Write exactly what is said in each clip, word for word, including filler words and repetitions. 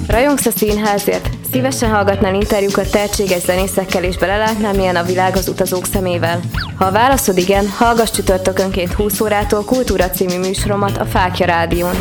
Rajongsz a színházért? Szívesen hallgatnál interjúkat tehetséges zenészekkel és belelátnál, milyen a világ az utazók szemével? Ha a válaszod igen, hallgass csütörtökönként húsz órától Kultúra című műsoromat a Fáklya Rádión.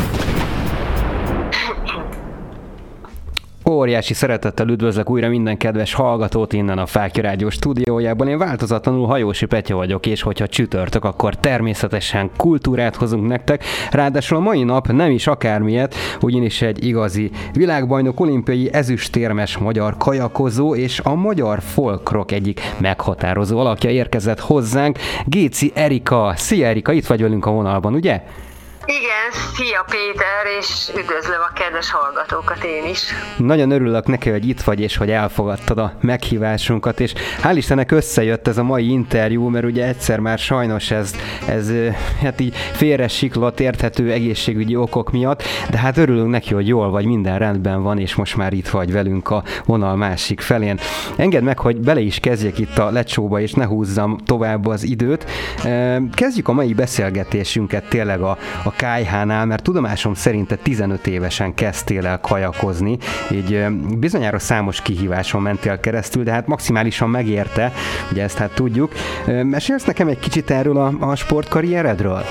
Óriási szeretettel üdvözlök újra minden kedves hallgatót innen a Fáklya Rádió stúdiójában. Én változatlanul Hajósi Petya vagyok, és hogyha csütörtök, akkor természetesen kultúrát hozunk nektek. Ráadásul a mai nap nem is akármilyet, ugyanis egy igazi világbajnok, olimpiai ezüstérmes magyar kajakozó és a magyar folk rock egyik meghatározó alakja érkezett hozzánk, Géci Erika. Szia Erika, itt vagy velünk a vonalban, ugye? Igen, szia Péter, és üdvözlöm a kedves hallgatókat én is. Nagyon örülök neki, hogy itt vagy, és hogy elfogadtad a meghívásunkat, és hál' Istennek összejött ez a mai interjú, mert ugye egyszer már sajnos ez, ez hát így félre siklott érthető egészségügyi okok miatt, de hát örülünk neki, hogy jól vagy, minden rendben van, és most már itt vagy velünk a vonal másik felén. Engedd meg, hogy bele is kezdjek itt a lecsóba, és ne húzzam tovább az időt. Kezdjük a mai beszélgetésünket tényleg a, a ká i há-nál, mert tudomásom szerint te tizenöt évesen kezdtél el kajakozni, így bizonyára számos kihíváson mentél keresztül, de hát maximálisan megérte, ugye ezt hát tudjuk. Mesélsz nekem egy kicsit erről a, a sportkarrieredről?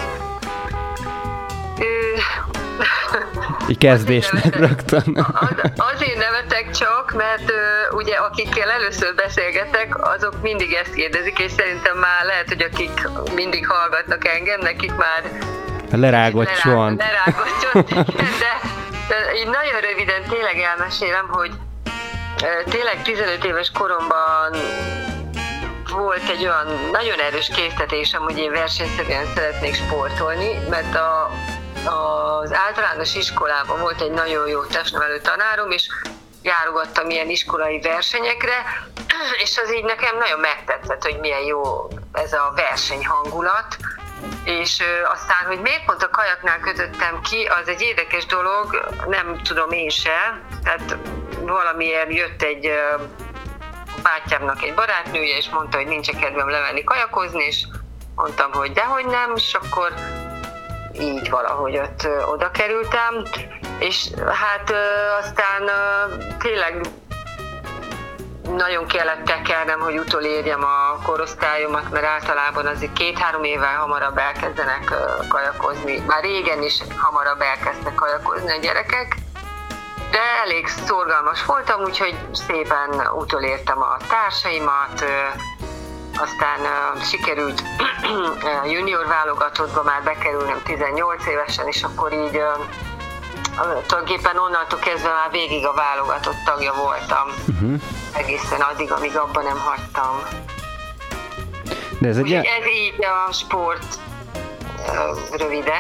Így kezdésnek rögtön. Az, azért nevetek csak, mert uh, ugye akikkel először beszélgetek, azok mindig ezt kérdezik, és szerintem már lehet, hogy akik mindig hallgatnak engem, nekik már lerágott csont. Lerágott csont, de, de így nagyon röviden tényleg elmesélem, hogy tényleg tizenöt éves koromban volt egy olyan nagyon erős késztetésem, hogy én versenyszerűen szeretnék sportolni, mert a, az általános iskolában volt egy nagyon jó testnevelő tanárom, és járogattam ilyen iskolai versenyekre, és az így nekem nagyon megtetszett, hogy milyen jó ez a versenyhangulat. És ö, aztán, hogy miért pont a kajaknál kötöttem ki, az egy érdekes dolog, nem tudom én se, tehát valamiért jött egy ö, bátyámnak egy barátnője, és mondta, hogy nincs kedvem lemenni kajakozni, és mondtam, hogy dehogy nem, és akkor így valahogy ott ö, oda kerültem, és hát ö, aztán ö, tényleg nagyon kellett tekernem, hogy utolérjem a korosztályomat, mert általában azért két-három évvel hamarabb elkezdenek kajakozni. Már régen is hamarabb elkezdtek kajakozni a gyerekek, de elég szorgalmas voltam, úgyhogy szépen utolértem a társaimat, aztán sikerült junior válogatottba már bekerülnem tizennyolc évesen, és akkor így tulajdonképpen onnantól kezdve már végig a válogatott tagja voltam. Uh-huh. Egészen addig, amíg abban nem hagytam. De ez, egy... ez így a sport röviden.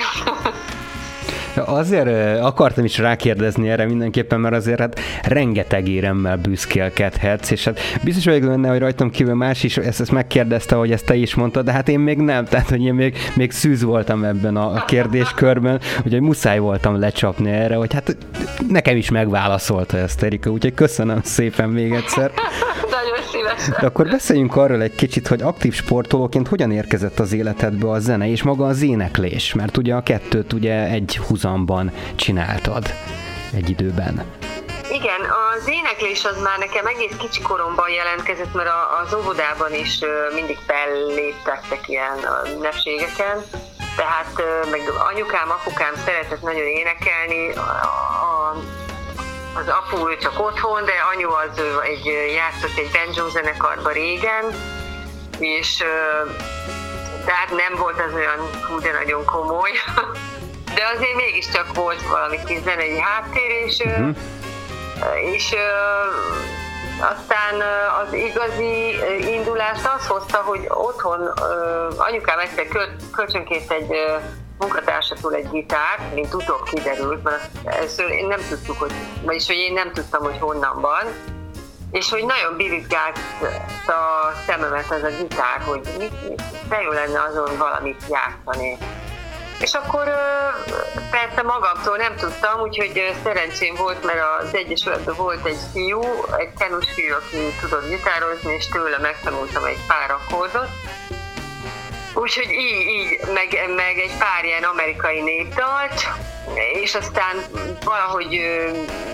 Azért akartam is rákérdezni erre mindenképpen, mert azért hát rengeteg éremmel büszkélkedhetsz, és hát biztos vagyok benne, hogy rajtam kívül más is ezt, ezt megkérdezte, hogy ezt te is mondtad, de hát én még nem, tehát hogy én még, még szűz voltam ebben a kérdéskörben, úgyhogy muszáj voltam lecsapni erre, hogy hát nekem is megválaszolta ezt Erika, úgyhogy köszönöm szépen még egyszer. Nagyon szívesen. De akkor beszéljünk arról egy kicsit, hogy aktív sportolóként hogyan érkezett az életedbe a zene és maga az éneklés, mert ugye a kettőt ugye egy húzamban csináltad egy időben. Igen, az éneklés az már nekem egész kicsi koromban jelentkezett, mert az óvodában is mindig felléptettek ilyen ünnepségeken, tehát meg anyukám, apukám szeretett nagyon énekelni, a, az apu ő csak otthon, de anyu az egy, játszott egy banjo zenekarban régen, és de hát nem volt az olyan hú, de nagyon komoly, de azért mégiscsak volt valami kis zenei háttér, és, uh-huh. és aztán az igazi indulást az hozta, hogy otthon anyukám egyszer kölcsönkért egy munkatársatól egy gitárt, mint utóbb kiderült, mert először én nem tudtuk, hogy, vagyis hogy én nem tudtam, hogy honnan van, és hogy nagyon birikgált a szememet az a gitár, hogy de jó lenne azon valamit játszani. És akkor persze magamtól nem tudtam, úgyhogy szerencsém volt, mert az Egyesületben volt egy fiú, egy kenus fiú, aki tudott gitározni, és tőle megtanultam egy pár akkordot. Úgyhogy így, így meg, meg egy pár ilyen amerikai népdalt, és aztán valahogy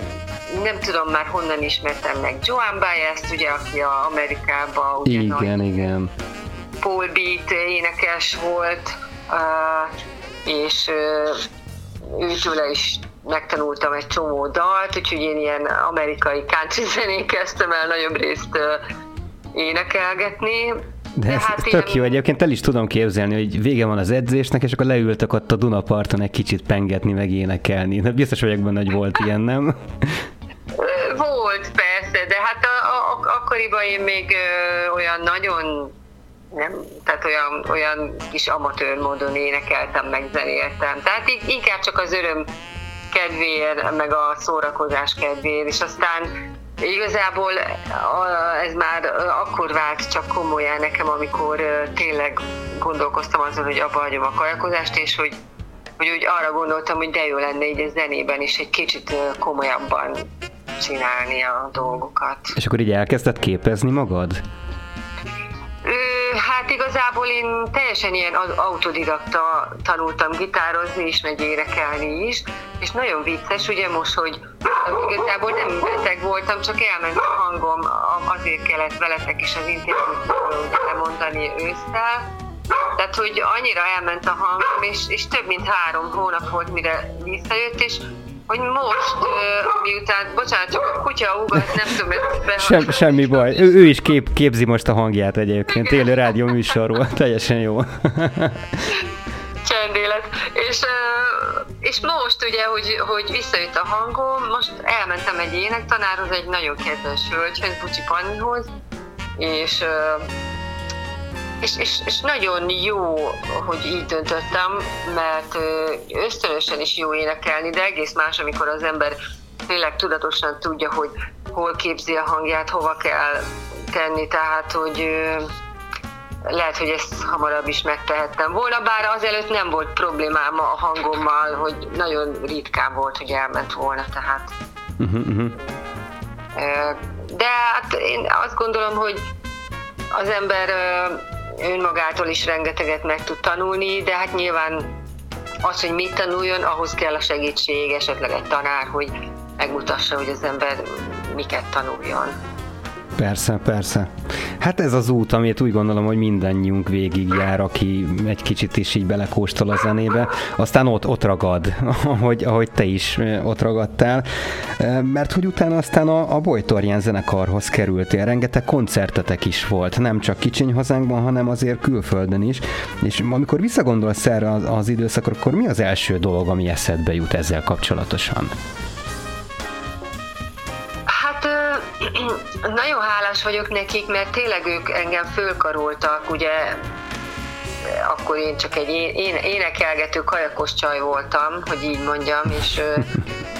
nem tudom már honnan ismertem meg Joan Baez-t, ugye, aki a Amerikában ugye igen, nagy igen. Paul Beat énekes volt, uh, és uh, őtőle is megtanultam egy csomó dalt, úgyhogy én ilyen amerikai country zenén kezdtem el nagyobb részt uh, énekelgetni. De, De ez hát tök ilyen... jó, egyébként el is tudom képzelni, hogy vége van az edzésnek, és akkor leültök ott a Dunaparton egy kicsit pengetni, meg énekelni. De biztos vagyok benne, hogy volt ilyen, nem? Volt, persze, de hát a, a, akkoriban én még ö, olyan nagyon, nem, tehát olyan, olyan kis amatőr módon énekeltem, meg zenéltem. Tehát inkább csak az öröm kedvéért, meg a szórakozás kedvéért, és aztán igazából ez már akkor vált csak komolyan nekem, amikor tényleg gondolkoztam azon, hogy abba hagyom a kajakozást, és hogy, hogy úgy arra gondoltam, hogy de jó lenne így a zenében is egy kicsit komolyabban csinálni a dolgokat. És akkor így elkezdted képezni magad? Hát igazából én teljesen ilyen autodidakta tanultam gitározni is, meg énekelni is, és nagyon vicces, ugye most, hogy igazából nem beteg voltam, csak elment a hangom, azért kellett veletek is az interjút lemondani ősszel, tehát hogy annyira elment a hangom, és, és több mint három hónap volt, mire visszajött, és hogy most, miután, bocsánat, csak a kutya ugat, nem tudom, ezt Sem, semmi baj. Ő, ő is kép, képzi most a hangját egyébként, élő rádió műsorról, teljesen jó. Csendélet. És, és most ugye, hogy, hogy visszajött a hangom, most elmentem egy énektanárhoz, egy nagyon kedves hölgyhöz, Bucsi Pannihoz, és És, és, és nagyon jó, hogy így döntöttem, mert ösztönösen is jó énekelni, de egész más, amikor az ember tényleg tudatosan tudja, hogy hol képzi a hangját, hova kell tenni, tehát hogy lehet, hogy ezt hamarabb is megtehettem volna, bár azelőtt nem volt problémám a hangommal, hogy nagyon ritkán volt, hogy elment volna, tehát. Uh-huh, uh-huh. De hát én azt gondolom, hogy az ember önmagától is rengeteget meg tud tanulni, de hát nyilván az, hogy mit tanuljon, ahhoz kell a segítség, esetleg egy tanár, hogy megmutassa, hogy az ember miket tanuljon. Persze, persze. Hát ez az út, amit úgy gondolom, hogy mindannyiunk végigjár, aki egy kicsit is így belekóstol a zenébe, aztán ott, ott ragad, ahogy, ahogy te is ott ragadtál, mert hogy utána aztán a, a Bojtorján zenekarhoz kerültél, rengeteg koncertetek is volt, nem csak kicsiny hazánkban, hanem azért külföldön is, és amikor visszagondolsz erre az, az időszakra, akkor mi az első dolog, ami eszedbe jut ezzel kapcsolatosan? Nagyon hálás vagyok nekik, mert tényleg ők engem fölkaroltak, ugye akkor én csak egy én, énekelgető kajakos csaj voltam, hogy így mondjam, és ö, ö,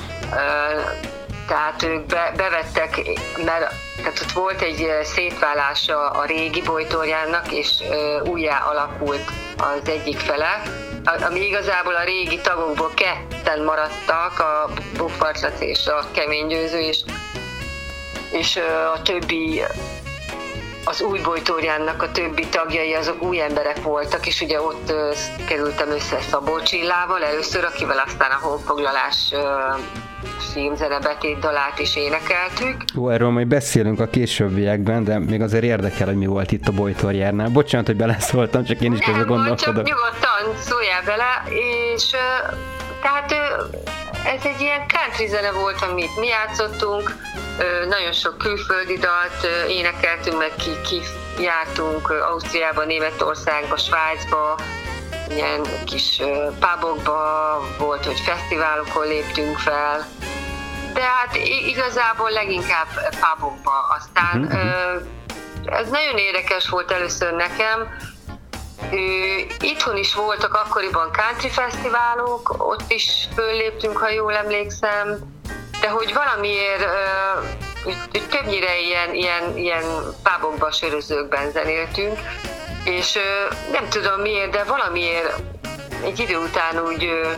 tehát ők be, bevettek, mert tehát ott volt egy szétválása a régi Bojtorjánnak, és ö, újjá alakult az egyik fele, ami igazából a régi tagokból ketten maradtak, a Buffarclac és a Kemény Győző, és és a többi, az új Bojtorjánnak a többi tagjai azok új emberek voltak, és ugye ott kerültem össze Szabó Csillával először, akivel aztán a Honfoglalás filmzene betétdalát is énekeltük. Ó, erről majd beszélünk a későbbiekben, de még azért érdekel, hogy mi volt itt a Bojtorjánál. Bocsánat, hogy beleszóltam, csak én is közben gondolkodok. Csak nyugodtan szóljál bele, és tehát ez egy ilyen country zene volt, amit mi játszottunk, nagyon sok külföldi dalt énekeltünk, meg ki, ki jártunk Ausztriába, Németországba, Svájcba, ilyen kis pubokba, volt, hogy fesztiválokon léptünk fel, de hát igazából leginkább pubokba. Aztán uh-huh. ez nagyon érdekes volt először nekem. Itthon is voltak akkoriban country fesztiválok, ott is fölléptünk, ha jól emlékszem, de hogy valamiért uh, többnyire ilyen, ilyen, ilyen pubokban, sörözőkben zenéltünk, és uh, nem tudom miért, de valamiért egy idő után úgy uh,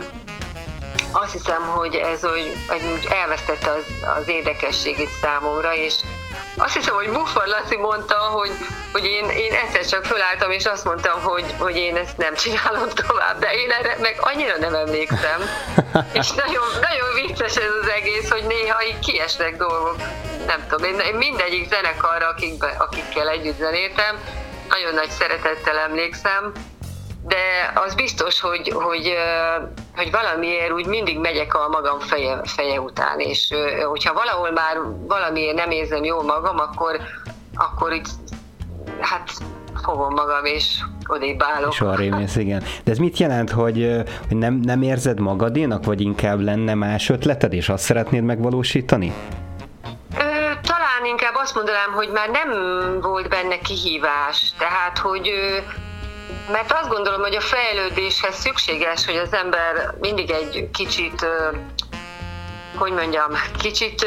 azt hiszem, hogy ez úgy, úgy elvesztette az, az érdekességét számomra, és azt hiszem, hogy Buffar Laci mondta, hogy, hogy én, én egyszer csak fölálltam, és azt mondtam, hogy, hogy én ezt nem csinálom tovább, de én erre meg annyira nem emlékszem. És nagyon, nagyon vicces ez az egész, hogy néha így kiesnek dolgok. Nem tudom, én, én mindegyik zenekarra, akikbe, akikkel együtt zenéltem, nagyon nagy szeretettel emlékszem, de az biztos, hogy, hogy, hogy valamiért úgy mindig megyek a magam feje, feje után, és hogyha valahol már valamiért nem érzem jól magam, akkor, akkor így, hát fogom magam, és odébb állok. És arrébb mész, igen. De ez mit jelent, hogy, hogy nem, nem érzed magadénak, vagy inkább lenne más ötleted, és azt szeretnéd megvalósítani? Talán inkább azt mondanám, hogy már nem volt benne kihívás, tehát, hogy mert azt gondolom, hogy a fejlődéshez szükséges, hogy az ember mindig egy kicsit, hogy mondjam, kicsit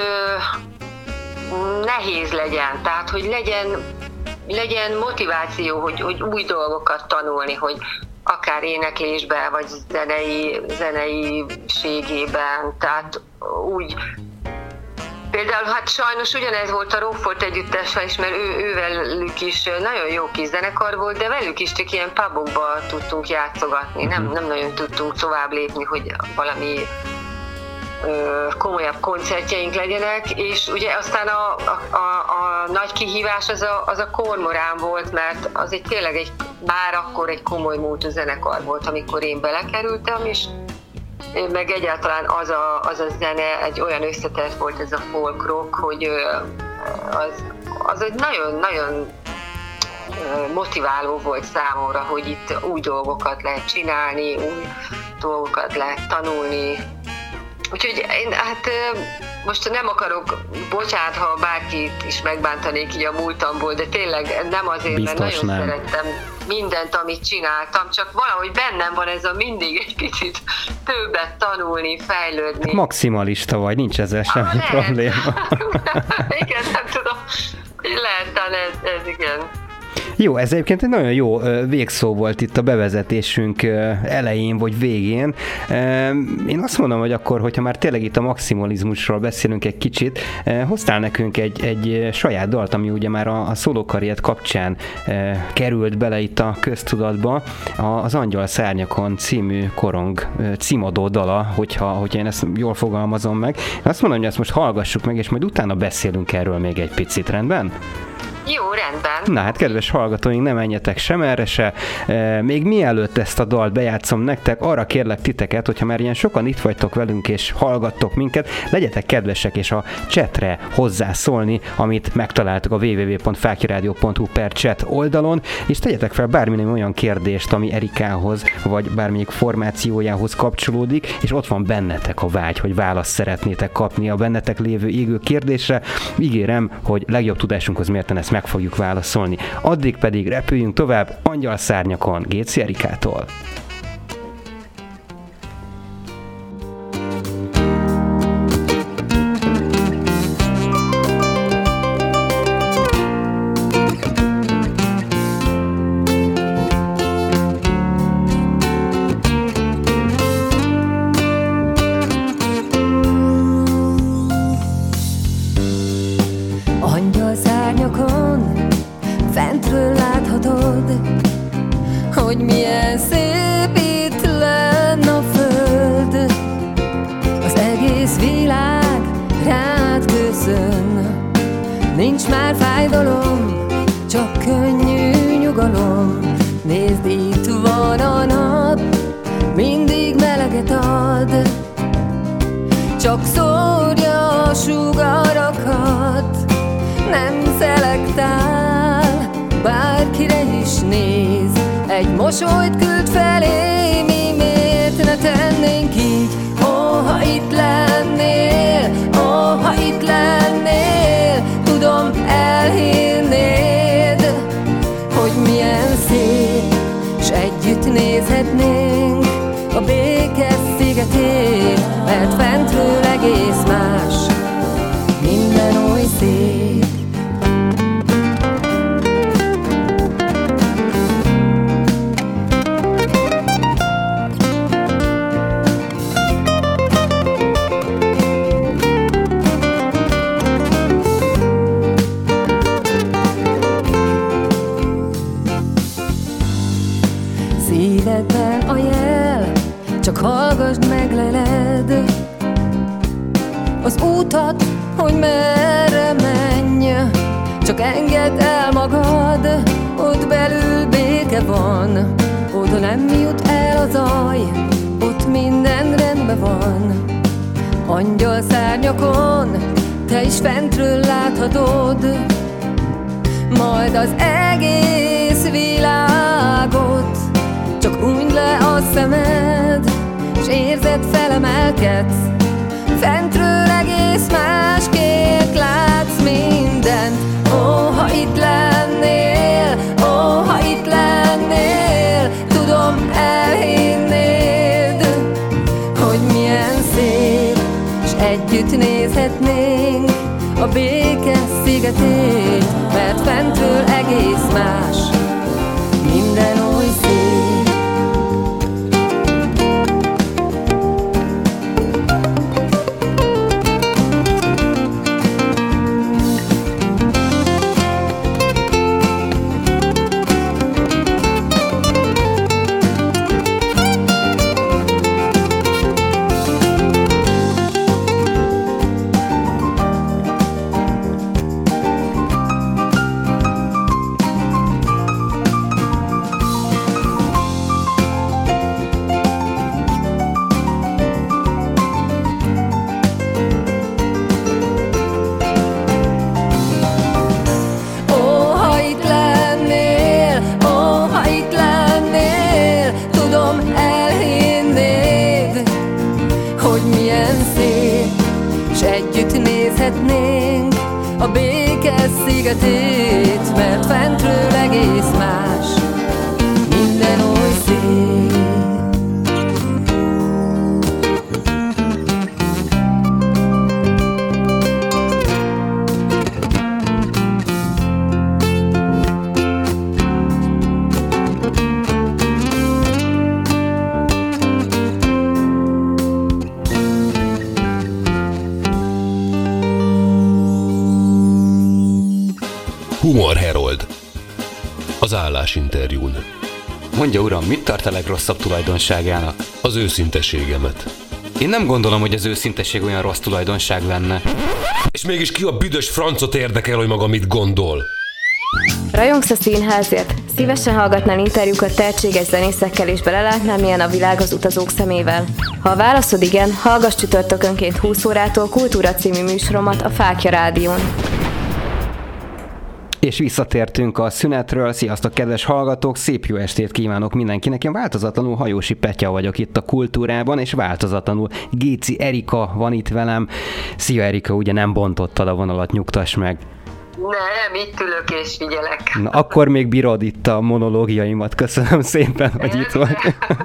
nehéz legyen, tehát, hogy legyen, legyen motiváció, hogy, hogy új dolgokat tanulni, hogy akár éneklésben, vagy zenei, zeneiségében, tehát úgy. Például hát sajnos ugyanez volt a Rockford együttessel is, mert ő, ővelük is nagyon jó kis zenekar volt, de velük is csak ilyen pubokba tudtunk játszogatni, nem, nem nagyon tudtunk tovább lépni, hogy valami ö, komolyabb koncertjeink legyenek, és ugye aztán a, a, a, a nagy kihívás az a, az a Kormorán volt, mert az egy tényleg egy, már akkor egy komoly múltú zenekar volt, amikor én belekerültem, és meg egyáltalán az a, az a zene egy olyan összetett volt, ez a folk rock, hogy az, az egy nagyon-nagyon motiváló volt számomra, hogy itt új dolgokat lehet csinálni, új dolgokat lehet tanulni. Úgyhogy én hát most nem akarok, bocsánat, ha bárkit is megbántanék így a múltamból, de tényleg nem azért, biztos mert nagyon nem. Szerettem mindent, amit csináltam, csak valahogy bennem van ez a mindig egy picit többet tanulni, fejlődni. Maximalista vagy, nincs ezzel semmi ah, probléma. Igen, nem tudom, lehet, ez, ez igen. Jó, ez egyébként egy nagyon jó végszó volt itt a bevezetésünk elején vagy végén. Én azt mondom, hogy akkor, hogyha már tényleg itt a maximalizmusról beszélünk egy kicsit, hoztál nekünk egy, egy saját dalt, ami ugye már a, a szólókarrier kapcsán került bele itt a köztudatba, az Angyal Szárnyakon című korong címadó dala, hogyha, hogyha én ezt jól fogalmazom meg. Én azt mondom, hogy ezt most hallgassuk meg, és majd utána beszélünk erről még egy picit, rendben? Jó, rendben. Na hát, kedves hallgatóink, ne menjetek sem erre se. E, még mielőtt ezt a dalt bejátszom nektek, arra kérlek titeket, hogyha már ilyen sokan itt vagytok velünk és hallgattok minket, legyetek kedvesek és a chatre hozzászólni, amit megtaláltok a double-u double-u double-u pont fákiradio pont hu per chat oldalon, és tegyetek fel bármilyen olyan kérdést, ami Erikához vagy bármelyik formációjához kapcsolódik, és ott van bennetek a vágy, hogy választ szeretnétek kapni a bennetek lévő égő kérdésre. Ígérem, hogy legjobb tudásunkhoz mérten ezt meg fogjuk válaszolni. Addig pedig repüljünk tovább Angyal Szárnyakon Géci Erikától. Nincs már fájdalom, csak könnyű nyugalom. Nézd, itt van a nap, mindig meleget ad. Csak szórja a sugarakat, nem szelektál, bárkire is néz. Egy mosolyt küld felé, mi miért ne tennénk így? Ó, ha itt lennél, ó, ha itt lennél, tudom, elhinnéd, hogy milyen szép, s együtt nézhetnénk a béke szigetét, mert fentről egész más, minden oly szép. csak engedd el magad, ott belül béke van, oda nem jut el a zaj, ott minden rendben van. Angyal szárnyakon, te is fentről láthatod majd az egész világot. Csak hunyd le a szemed, s érzed felemelkedsz, fentről egész másképp látsz mindent. Ó, ha itt lennél, ó, ha itt lennél, tudom, elhinnéd, hogy milyen szép, s együtt nézhetnénk a béke szigetét, mert fentről egész más, minden oly szép. A béke szigetét, mert fentről egész más, minden oly szép. Humor Herold. Az állásinterjún. Mondja uram, mit tart a legrosszabb tulajdonságának? Az őszinteségemet. Én nem gondolom, hogy az őszinteség olyan rossz tulajdonság lenne. És mégis ki a büdös francot érdekel, hogy maga mit gondol? Rajongsz a színházért? Szívesen hallgatnál interjúkat tehetséges zenészekkel és belelátnál, milyen a világ az utazók szemével? Ha a válaszod igen, hallgass csütörtökönként húsz órától Kultúra című műsoromat a Fáklya Rádión. És visszatértünk a szünetről. Sziasztok, kedves hallgatók! Szép jó estét kívánok mindenkinek! Én változatlanul Hajósi Petya vagyok itt a Kultúrában, és változatlanul Géci Erika van itt velem. Szia Erika, ugye nem bontottad a vonalat, nyugtass meg! Nem, itt ülök és figyelek. Na, akkor még bírod itt a monológiaimat. Köszönöm szépen, hogy itt vagy.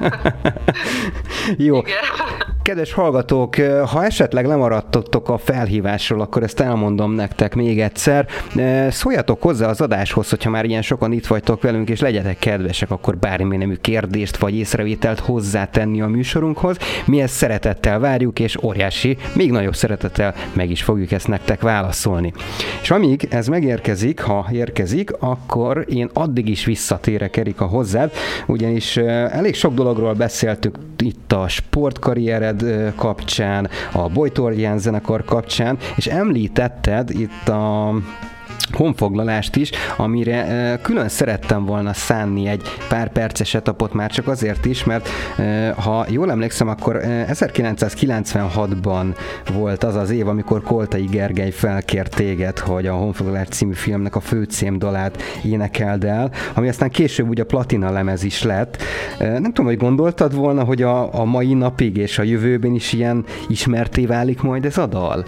Jó. Igen. Kedves hallgatók, ha esetleg lemaradtatok a felhívásról, akkor ezt elmondom nektek még egyszer. Szóljatok hozzá az adáshoz, hogyha már ilyen sokan itt vagytok velünk, és legyetek kedvesek, akkor bármilyen nemű kérdést vagy észrevételt hozzátenni a műsorunkhoz. Mi ezt szeretettel várjuk, és óriási, még nagyobb szeretettel meg is fogjuk ezt nektek válaszolni. És amíg ez megérkezik, ha érkezik, akkor én addig is visszatérek, Erika, hozzád, ugyanis elég sok dologról beszéltük itt a sportkarriered kapcsán, a Bojtorján zenekar kapcsán, és említetted itt a honfoglalást is, amire külön szerettem volna szánni egy pár perces etapot, már csak azért is, mert ha jól emlékszem, akkor ezerkilencszázkilencvenhatban volt az az év, amikor Koltai Gergely felkért téged, hogy a Honfoglalás című filmnek a főcímdalát énekeld el, ami aztán később ugye platina lemez is lett. Nem tudom, hogy gondoltad volna, hogy a, a mai napig és a jövőben is ilyen ismerté válik majd ez a dal?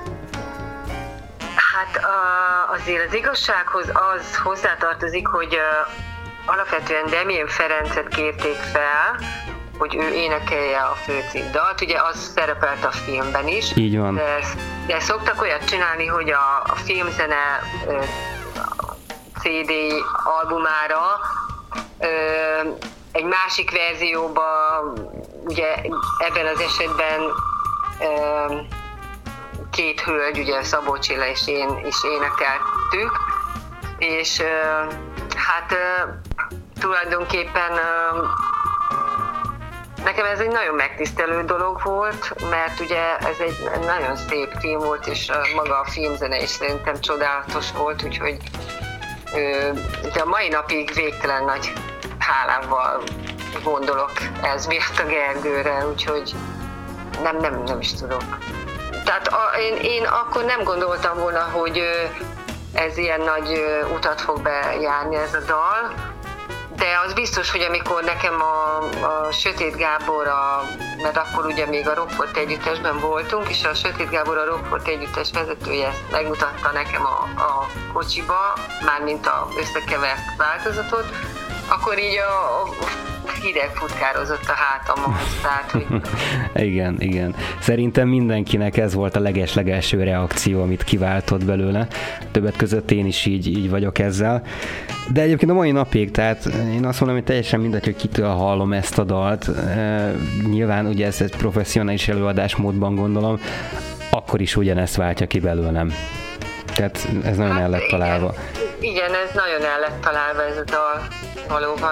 Azért az igazsághoz az hozzátartozik, hogy uh, alapvetően Demjén Ferencet kérték fel, hogy ő énekelje a főcímdalt. Ugye az szerepelt a filmben is. Így van. De, de szoktak olyat csinálni, hogy a, a filmzene uh, cé dé albumára uh, egy másik verzióban, ugye ebben az esetben uh, két hölgy, ugye Szabó Csilla és én is énekeltük, és hát tulajdonképpen nekem ez egy nagyon megtisztelő dolog volt, mert ugye ez egy nagyon szép film volt, és maga a filmzene is szerintem csodálatos volt, úgyhogy de a mai napig végtelen nagy hálával gondolok ez miatt a Gergőre, úgyhogy nem, nem, nem is tudok. Tehát a, én, én akkor nem gondoltam volna, hogy ez ilyen nagy utat fog bejárni ez a dal, de az biztos, hogy amikor nekem a, a Sötét Gábor, a, mert akkor ugye még a Rockford együttesben voltunk, és a Sötét Gábor, a Rockford együttes vezetője ezt megmutatta nekem a, a kocsiba, mármint a összekevert változatot, akkor így a, a hideg futkározott a hátamon. Tehát, hogy... igen, igen. Szerintem mindenkinek ez volt a leges-legelső reakció, amit kiváltott belőle. Többet között én is így, így vagyok ezzel. De egyébként a mai napig, tehát én azt mondom, hogy teljesen mindegy, hogy kitől hallom ezt a dalt. E, nyilván ugye ez egy professzionális előadásmódban gondolom, akkor is ugyanezt váltja ki belőlem. Tehát ez nagyon hát el lett találva. Igen, igen, ez nagyon el lett találva ez a dal, valóban.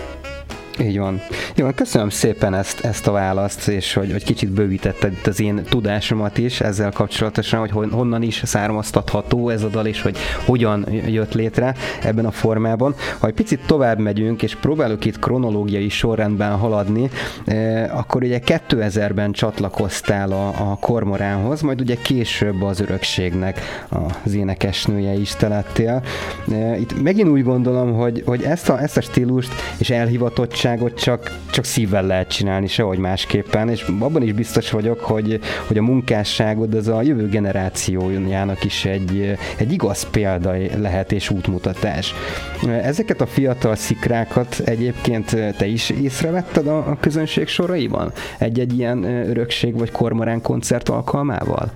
Így van. Jó, köszönöm szépen ezt, ezt a választ, és hogy, hogy kicsit bővítetted itt az én tudásomat is ezzel kapcsolatosan, hogy honnan is származtatható ez a dal, és hogy hogyan jött létre ebben a formában. Ha egy picit tovább megyünk, és próbálok itt kronológiai sorrendben haladni, eh, akkor ugye kétezerben csatlakoztál a, a Kormoránhoz, majd ugye később az Örökségnek az énekesnője is te lettél. Eh, itt megint úgy gondolom, hogy, hogy ezt, a, ezt a stílust és elhivatottságot csak, csak szívvel lehet csinálni, sehogy másképpen, és abban is biztos vagyok, hogy, hogy a munkásságod az a jövő generációjának is egy, egy igaz példa lehet és útmutatás. Ezeket a fiatal szikrákat egyébként te is észrevetted a, a közönség soraiban? Egy-egy ilyen Örökség vagy Kormorán koncert alkalmával?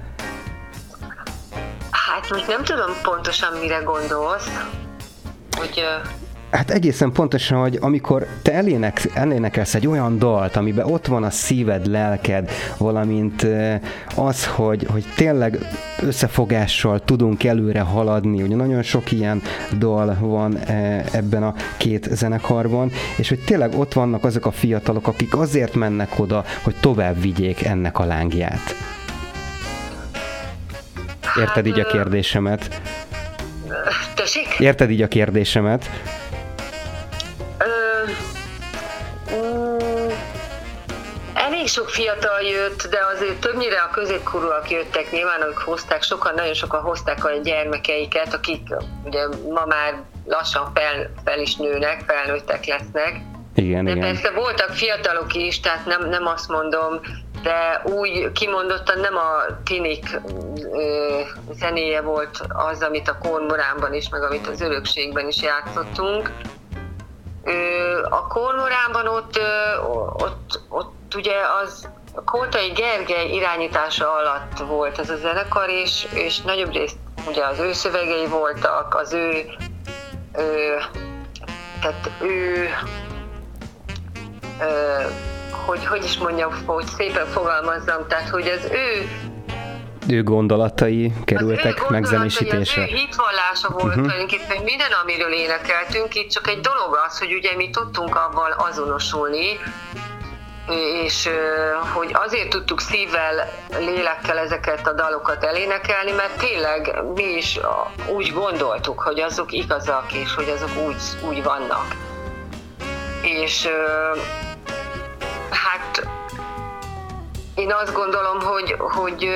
Hát most nem tudom pontosan mire gondolsz, hogy... Hát egészen pontosan, hogy amikor te elének, elénekelsz egy olyan dalt, amiben ott van a szíved, lelked, valamint az, hogy, hogy tényleg összefogással tudunk előre haladni, ugye nagyon sok ilyen dal van ebben a két zenekarban, és hogy tényleg ott vannak azok a fiatalok, akik azért mennek oda, hogy tovább vigyék ennek a lángját. Érted hát, így a kérdésemet? Tessék? Érted így a kérdésemet? Elég sok fiatal jött, de azért többnyire a középkorúak jöttek, nyilván ők hozták, sokan, nagyon sokan hozták a gyermekeiket, akik ugye ma már lassan fel, fel is nőnek, felnőttek lesznek. Igen, de igen. Persze voltak fiatalok is, tehát nem, nem azt mondom, de úgy kimondottan nem a tinik ö, zenéje volt az, amit a Kormoránban is, meg amit az Örökségben is játszottunk. Ö, a Kormoránban ott, ö, ott, ott ugye az Koltai Gergely irányítása alatt volt ez a zenekar, és, és nagyobb részt ugye az ő szövegei voltak, az ő, ö, tehát ő, ö, hogy, hogy is mondjam, hogy szépen fogalmazzam, tehát hogy az ő ő gondolatai kerültek az megzenésítésre. Az ő hitvallása volt uh-huh. tulajdonképpen minden, amiről énekeltünk, itt csak egy dolog az, hogy ugye mi tudtunk avval azonosulni, és hogy azért tudtuk szívvel, lélekkel ezeket a dalokat elénekelni, mert tényleg mi is úgy gondoltuk, hogy azok igazak, és hogy azok úgy, úgy vannak. És hát én azt gondolom, hogy, hogy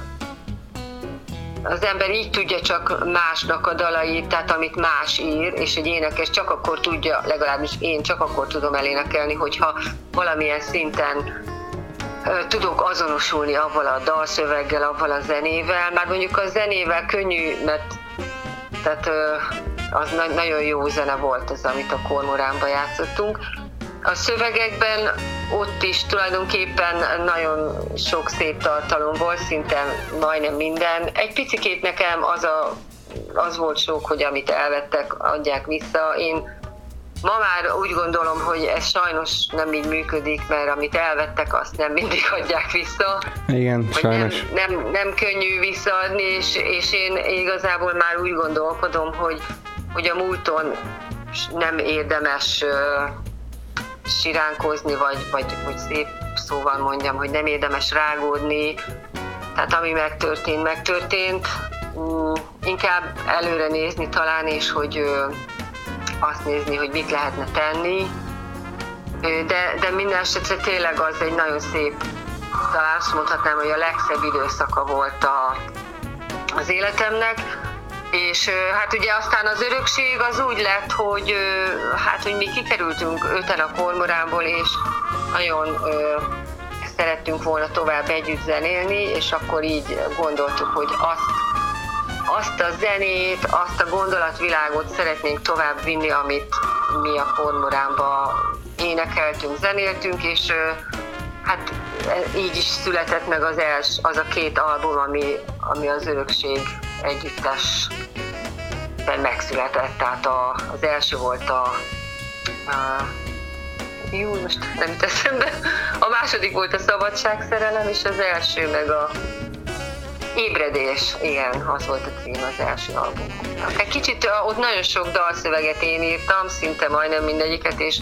az ember így tudja csak másnak a dalait, tehát amit más ír, és egy énekes csak akkor tudja, legalábbis én csak akkor tudom elénekelni, hogyha valamilyen szinten tudok azonosulni avval a dalszöveggel, avval a zenével. Már mondjuk a zenével könnyű, mert tehát, az nagyon jó zene volt az, amit a Kormoránban játszottunk. A szövegekben ott is tulajdonképpen nagyon sok szép tartalom volt, szinte majdnem minden. Egy picikét nekem az, a, az volt sok, hogy amit elvettek, adják vissza. Én ma már úgy gondolom, hogy ez sajnos nem így működik, mert amit elvettek, azt nem mindig adják vissza. Igen, sajnos. Nem, nem, nem könnyű visszaadni, és, és én igazából már úgy gondolkodom, hogy, hogy a múlton nem érdemes siránkozni, vagy, vagy hogy szép szóval mondjam, hogy nem érdemes rágódni. Tehát ami megtörtént, megtörtént. Inkább előre nézni talán, és hogy azt nézni, hogy mit lehetne tenni. De, de minden esetre tényleg az egy nagyon szép, talán azt mondhatnám, hogy a legszebb időszaka volt a, az életemnek. És hát ugye aztán az örökség az úgy lett, hogy hát, hogy mi kikerültünk öten a kormoránból, és nagyon ö, szerettünk volna tovább együtt zenélni, és akkor így gondoltuk, hogy azt, azt a zenét, azt a gondolatvilágot szeretnénk tovább vinni, amit mi a kormoránba énekeltünk, zenéltünk, és ö, hát így is született meg az, els, az a két album, ami, ami az örökség együttesben megszületett. Tehát a, az első volt a, a jó, most nem jut eszembe, a második volt a Szabadságszerelem, és az első meg a Ébredés, igen, az volt a cím az első album. Egy kicsit ott nagyon sok dalszöveget én írtam, szinte majdnem mindegyiket, és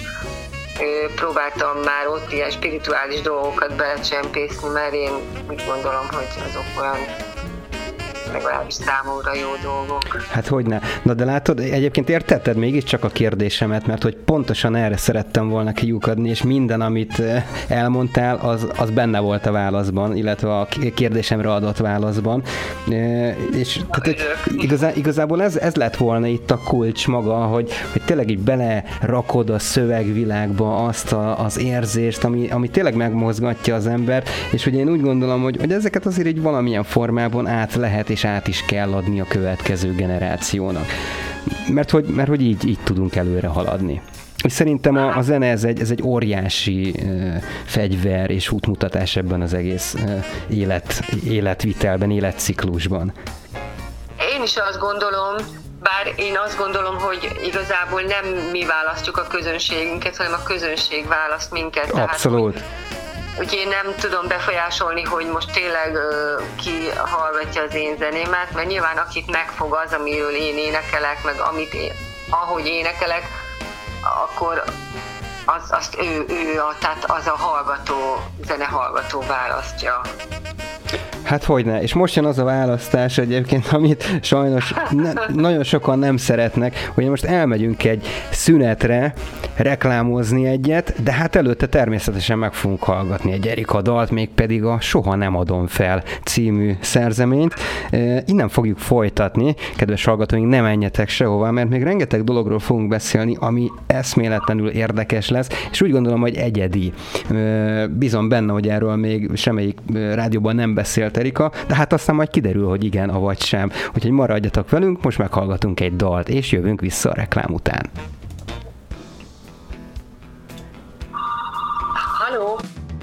próbáltam már ott ilyen spirituális dolgokat belecsempészni, mert én úgy gondolom, hogy azok olyan legalábbis számomra jó dolgok. Hát hogyne. Na de látod, egyébként értetted mégiscsak a kérdésemet, mert hogy pontosan erre szerettem volna kiukadni, és minden, amit elmondtál, az, az benne volt a válaszban, illetve a kérdésemre adott válaszban. És tehát, igazá, igazából ez, ez lett volna itt a kulcs maga, hogy, hogy tényleg így belerakod a szövegvilágba azt a, az érzést, ami, ami tényleg megmozgatja az ember, és hogy én úgy gondolom, hogy, hogy ezeket azért egy valamilyen formában át lehet és át is kell adni a következő generációnak. Mert hogy, mert hogy így, így tudunk előre haladni. És szerintem a, a zene ez egy, ez egy óriási uh, fegyver és útmutatás ebben az egész uh, élet, életvitelben, életciklusban. Én is azt gondolom, bár én azt gondolom, hogy igazából nem mi választjuk a közönségünket, hanem a közönség választ minket. Abszolút. Tehát, Úgyhogy én nem tudom befolyásolni, hogy most tényleg uh, ki hallgatja az én zenémet, mert nyilván akit megfog az, amiről én énekelek, meg amit én, ahogy énekelek, akkor az, azt ő, ő a, tehát az a hallgató, zenehallgató választja. Hát hogyne, és most jön az a választás egyébként, amit sajnos ne, nagyon sokan nem szeretnek, hogy most elmegyünk egy szünetre, reklámozni egyet, de hát előtte természetesen meg fogunk hallgatni egy Erika dalt, mégpedig a Soha nem adom fel című szerzeményt. E, innen fogjuk folytatni, kedves hallgatóink, ne menjetek sehova, mert még rengeteg dologról fogunk beszélni, ami eszméletlenül érdekes lesz, és úgy gondolom, hogy egyedi. E, bízom benne, hogy erről még semmelyik rádióban nem beszélt Erika, de hát aztán majd kiderül, hogy igen, avagy sem. Úgyhogy maradjatok velünk, most meghallgatunk egy dalt, és jövünk vissza a reklám után. Halló!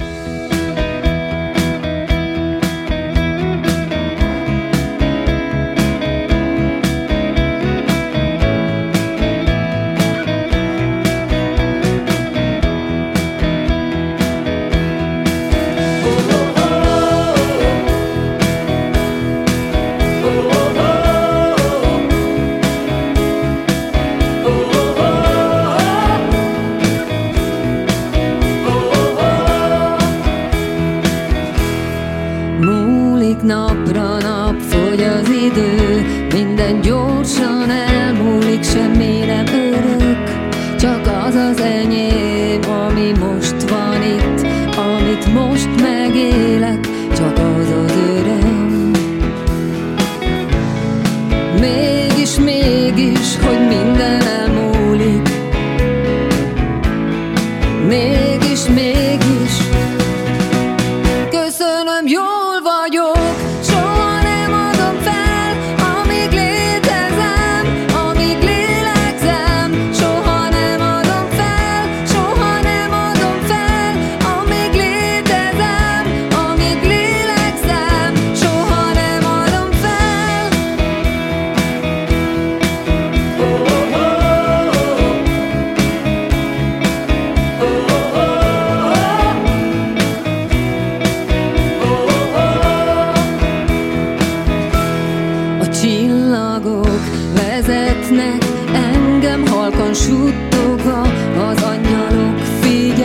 Napra nap fogy az idő, minden gyorsan elmúlik, semmi nem örök, csak az az enyém, ami most van itt, amit most megélek, csak az az öröm. Mégis, mégis, hogy minden elmúlik, mégis, mégis, köszönöm, jól vagyok. Suttogva az angyalok figyelnek.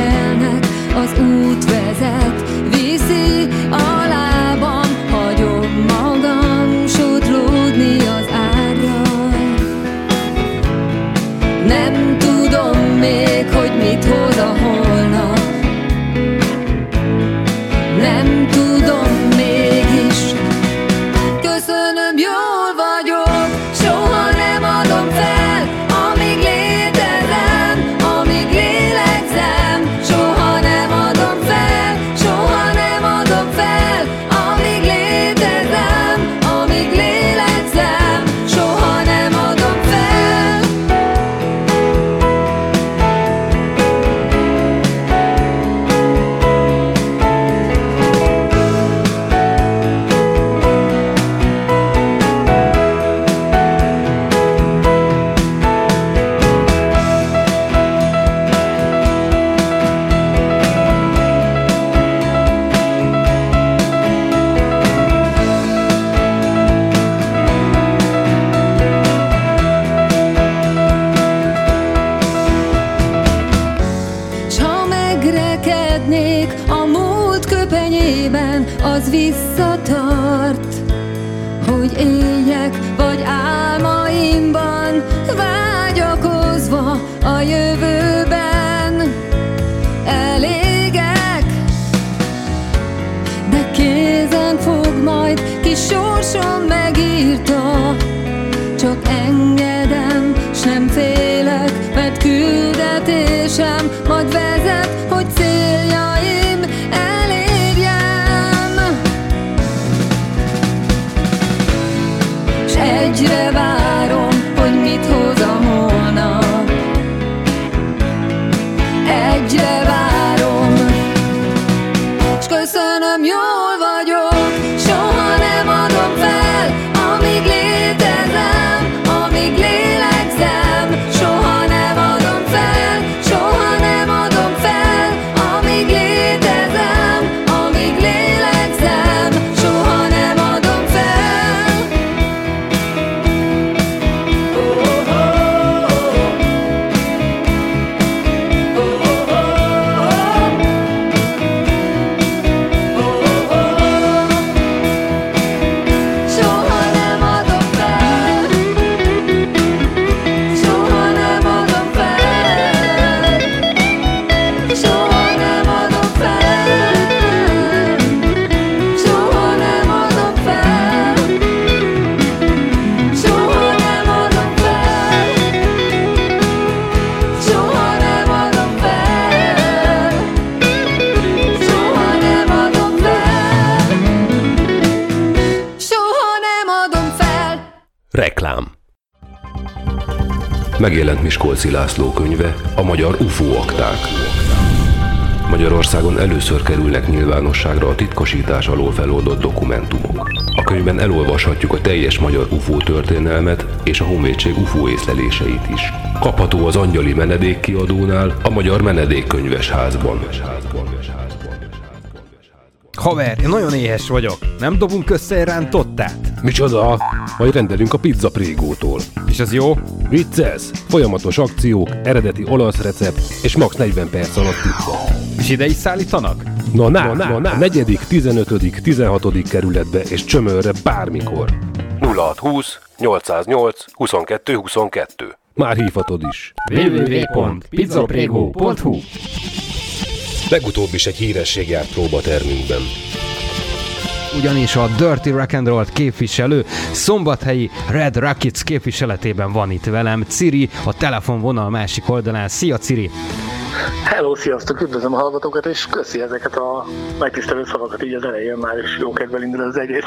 Egyre várom, hogy mit hoz a holnap. Egyre várom, s köszönöm, jól vagyok, soha nem adom fel, amíg létezem, amíg lélegzem, soha nem adom fel, soha nem adom fel, amíg létezem, amíg lélegzem, soha nem adom fel. Oh, oh, oh, oh. Oh, oh, oh, oh. Soha nem adom fel, soha nem adom fel, soha nem adom fel, soha nem adom fel, soha nem adom fel, soha nem adom fel, soha nem adom fel, soha nem adom fel. Reklám. Megjelent Miskolci László könyve, a magyar u f o akták. Magyarországon először kerülnek nyilvánosságra a titkosítás alól feloldott dokumentumok. A könyvben elolvashatjuk a teljes magyar u f o történelmet és a honvédség u f o észleléseit is. Kapható az Angyali Menedék kiadónál, a Magyar Menedékkönyves Házban. Haver, én nagyon éhes vagyok. Nem dobunk össze egy rántottát? Micsoda? Majd rendelünk a Pizza Prégótól. És az jó? Vicces! Folyamatos akciók, eredeti olasz recept és max. negyven perc alatt pizza. És ide is szállítanak? Na ná, na ná, a negyedik, tizenötödik, tizenhatodik kerületbe és Csömörre bármikor. nulla hat húsz nyolcszáznyolc huszonkettő huszonkettő. Már hívhatod is. double-u double-u double-u pont pizzaprego pont hu. Legutóbb is egy híresség járt próbatermünkben. Ugyanis a Dirty Rock and Roll képviselő szombathelyi Red Rockets képviseletében van itt velem Ciri, a telefonvonal másik oldalán. Szia, Ciri! Hello, sziasztok! Üdvözlöm a hallgatókat, és köszi ezeket a megtisztelő szavakat így az elején, már is jó kedvel indul az egész.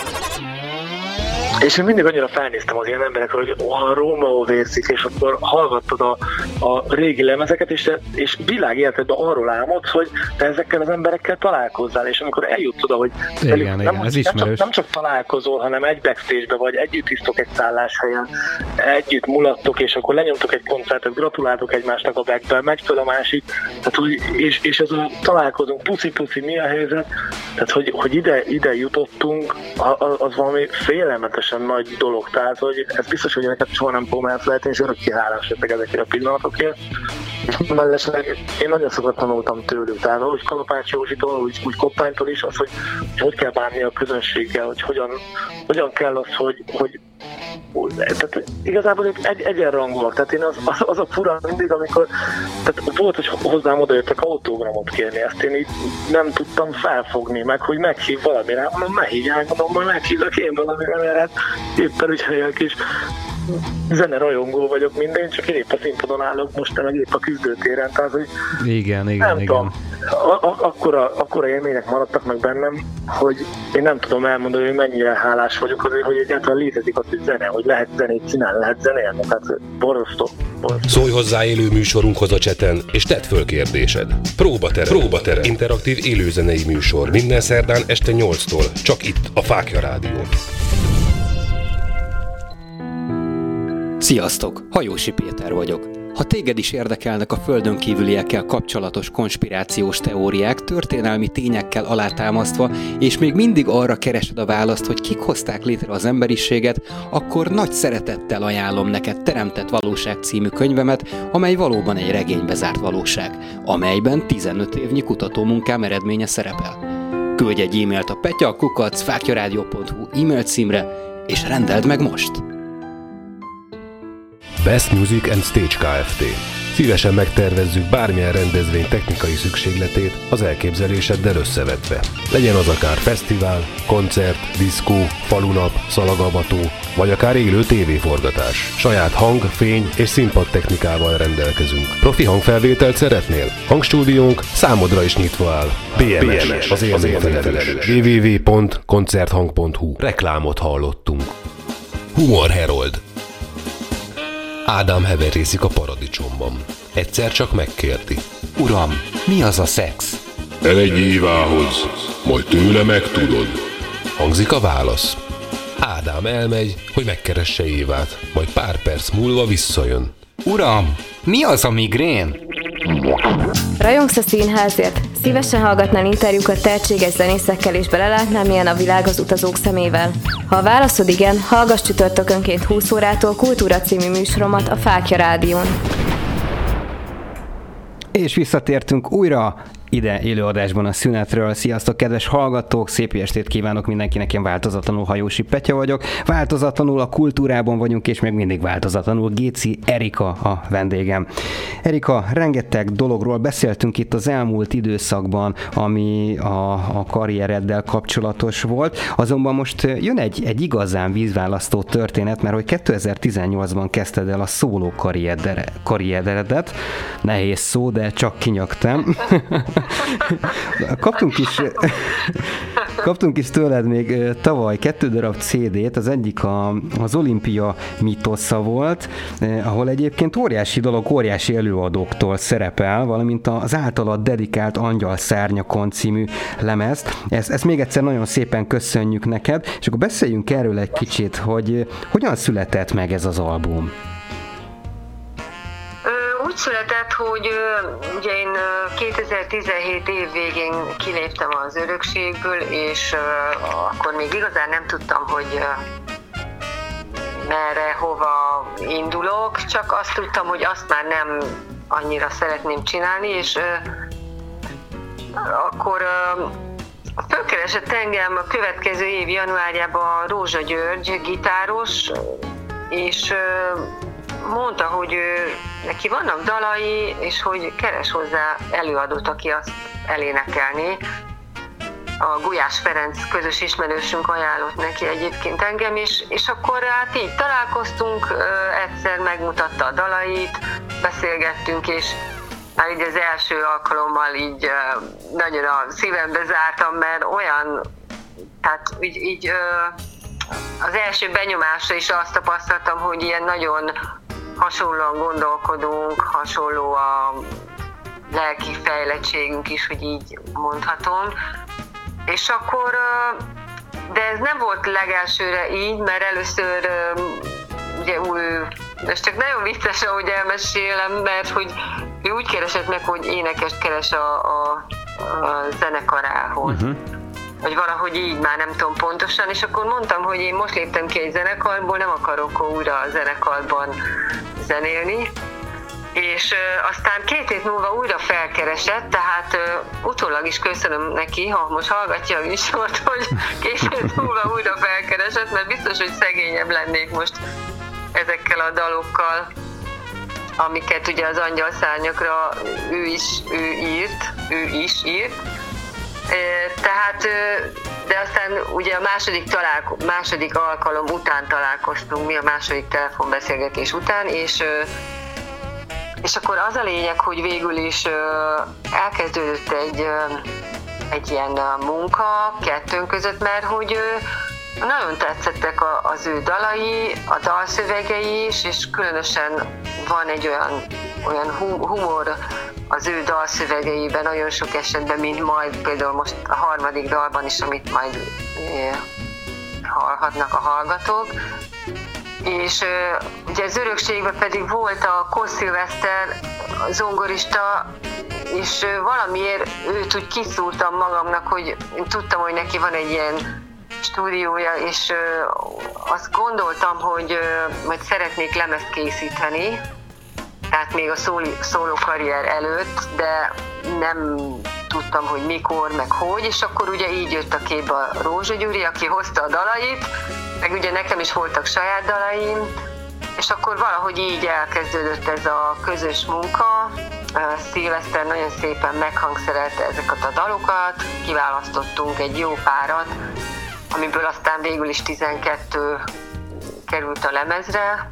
És én mindig annyira felnéztem az ilyen emberekre, hogy a Rómeó vérzik, és akkor hallgattad a, a régi lemezeket, és, te, és világéletedben arról álmodsz, hogy te ezekkel az emberekkel találkozzál, és amikor eljutsz oda, hogy igen, nem, igen, nem, ez nem, csak, ismerős. nem csak találkozol, hanem egy backstage-be vagy, együtt isztok egy szálláshelyen, együtt mulattok, és akkor lenyomtok egy koncertet, gratuláltok egymásnak a backben, megy föl a másik, tehát, hogy, és, és ez a találkozunk, puszi-puszi, mi a helyzet, tehát hogy, hogy ide, ide jutottunk, az valami félelmetes nagy dolog, tehát hogy ez biztos, hogy neked soha nem fogom elfelejteni, és örökké hálás lettek ezekért a pillanatokért. Mellesleg én nagyon sokat tanultam tőlük, tehát ahogy Kalapács Józsitól, úgy, úgy Koppánytól is az, hogy hogy kell bánni a közönséggel, hogy hogyan, hogyan kell az, hogy, hogy tehát igazából ők egy, egyenrangúak, tehát én az, az, az a fura mindig, amikor tehát volt, hogy hozzám odajöttek autogramot kérni, ezt én így nem tudtam felfogni, meg hogy meghív valamire, mondom, ne hívják, mondom, majd meghívlak én valamire, mert hát éppen úgy helyek is zene rajongó vagyok minden, csak én épp a színpadon állok most, meg épp a küzdőtéren, tehát hogy igen, igen, nem igen. tudom, a, a, akkora, akkora élmények maradtak meg bennem, hogy én nem tudom elmondani, hogy mennyire hálás vagyok azért, hogy egyáltalán létezik az, hogy zene, hogy lehet zenét csinálni, lehet zenélni, tehát borzasztó. Szólj hozzá élő műsorunkhoz a cseten, és tedd föl kérdésed. Próbaterem. Próbaterem. Interaktív élőzenei műsor. Minden szerdán este nyolctól. Csak itt, a Fákja Rádión. Sziasztok! Hajósi Péter vagyok. Ha téged is érdekelnek a földön kívüliekkel kapcsolatos konspirációs teóriák, történelmi tényekkel alátámasztva, és még mindig arra keresed a választ, hogy kik hozták létre az emberiséget, akkor nagy szeretettel ajánlom neked Teremtett Valóság című könyvemet, amely valóban egy regénybe zárt valóság, amelyben tizenöt évnyi kutatómunkám eredménye szerepel. Küldj egy e-mailt a petya kukac fákjaradio pont hu e-mail címre, és rendeld meg most! Best Music and Stage Kft. Szívesen megtervezzük bármilyen rendezvény technikai szükségletét az elképzeléseddel összevetve. Legyen az akár fesztivál, koncert, diszkó, falunap, szalagavató, vagy akár élő tévéforgatás. Saját hang, fény és színpad technikával rendelkezünk. Profi hangfelvételt szeretnél? Hangstúdiónk számodra is nyitva áll. bé em es, az élményfelelős. double-u double-u double-u pont koncerthang pont hu. Reklámot hallottunk. Humor Herold. Ádám heverészik a paradicsomban. Egyszer csak megkérdi. Uram, mi az a szex? Elegy Évához, majd tőle megtudod. Hangzik a válasz. Ádám elmegy, hogy megkeresse Évát, majd pár perc múlva visszajön. Uram, mi az a migrén? Rajongsz a színházért? Szívesen hallgatnál interjúkat tehetséges zenészekkel és belelátnál, milyen a világ az utazók szemével? Ha a válaszod igen, hallgass csütörtökönként húsz órától Kultúra című műsoromat a Fáklya Rádión. És visszatértünk újra ide élőadásban a szünetről. Sziasztok, kedves hallgatók! Szép estét kívánok mindenkinek, én változatlanul Hajósi Petya vagyok. Változatlanul a kultúrában vagyunk, és még mindig változatlanul Géci Erika a vendégem. Erika, rengeteg dologról beszéltünk itt az elmúlt időszakban, ami a, a karriereddel kapcsolatos volt, azonban most jön egy, egy igazán vízválasztó történet, mert hogy kétezer-tizennyolcban kezdted el a szóló karrieredet. Nehéz szó, de csak kinyögtem. Kaptunk is, kaptunk is tőled még tavaly kettő darab cé dét, az egyik a, az Olimpia mitosza volt, ahol egyébként óriási dolog, óriási előadóktól szerepel, valamint az általad dedikált Angyal Szárnyakon című lemezt. Ezt, ezt még egyszer nagyon szépen köszönjük neked, és akkor beszéljünk erről egy kicsit, hogy hogyan született meg ez az album. Úgy született, hogy ugye én kétezer-tizenhét év végén kiléptem az örökségből, és akkor még igazán nem tudtam, hogy merre, hova indulok, csak azt tudtam, hogy azt már nem annyira szeretném csinálni, és akkor fölkeresett engem a következő év januárjában Rózsa György, gitáros, és mondta, hogy ő, neki vannak dalai, és hogy keres hozzá előadót, aki azt elénekelni. A Gulyás Ferenc közös ismerősünk ajánlott neki egyébként engem is, és akkor hát így találkoztunk, egyszer megmutatta a dalait, beszélgettünk, és már így az első alkalommal így nagyon a szívembe zártam, mert olyan, tehát így, így az első benyomásra is azt tapasztaltam, hogy ilyen nagyon hasonlóan gondolkodunk, hasonló a lelki fejlettségünk is, hogy így mondhatom. És akkor, de ez nem volt legelsőre így, mert először ugye új, ez csak nagyon vicces, ahogy elmesélem, mert hogy ő úgy keresett meg, hogy énekest keres a, a, a zenekarához. Uh-huh. Vagy valahogy így, már nem tudom pontosan, és akkor mondtam, hogy én most léptem ki egy zenekarból, nem akarok újra a zenekarban zenélni, és uh, aztán két hét múlva újra felkeresett, tehát uh, utólag is köszönöm neki, ha most hallgatja a műsort, hogy két hét múlva újra felkeresett, mert biztos, hogy szegényebb lennék most ezekkel a dalokkal, amiket ugye az Angyal Szárnyakra ő is ő írt, ő is írt. Tehát, de aztán ugye a második, találko- második alkalom után találkoztunk, mi a második telefonbeszélgetés után, és, és akkor az a lényeg, hogy végül is elkezdődött egy, egy ilyen munka kettőnk között, mert hogy nagyon tetszettek az ő dalai, a dalszövegei is, és különösen van egy olyan, olyan humor az ő dalszövegeiben nagyon sok esetben, mint majd például most a harmadik dalban is, amit majd eh, hallhatnak a hallgatók. És eh, ugye az örökségben pedig volt a Koss Szilveszter zongorista, és eh, valamiért őt úgy kiszúrtam magamnak, hogy én tudtam, hogy neki van egy ilyen stúdiója, és uh, azt gondoltam, hogy uh, majd szeretnék lemezt készíteni, tehát még a szóló karrier előtt, de nem tudtam, hogy mikor, meg hogy, és akkor ugye így jött a képbe a Rózsa Gyuri, aki hozta a dalait, meg ugye nekem is voltak saját dalaim, és akkor valahogy így elkezdődött ez a közös munka. Szilveszter nagyon szépen meghangszerelte ezeket a dalokat, kiválasztottunk egy jó párat, amiből aztán végül is tizenkettő került a lemezre,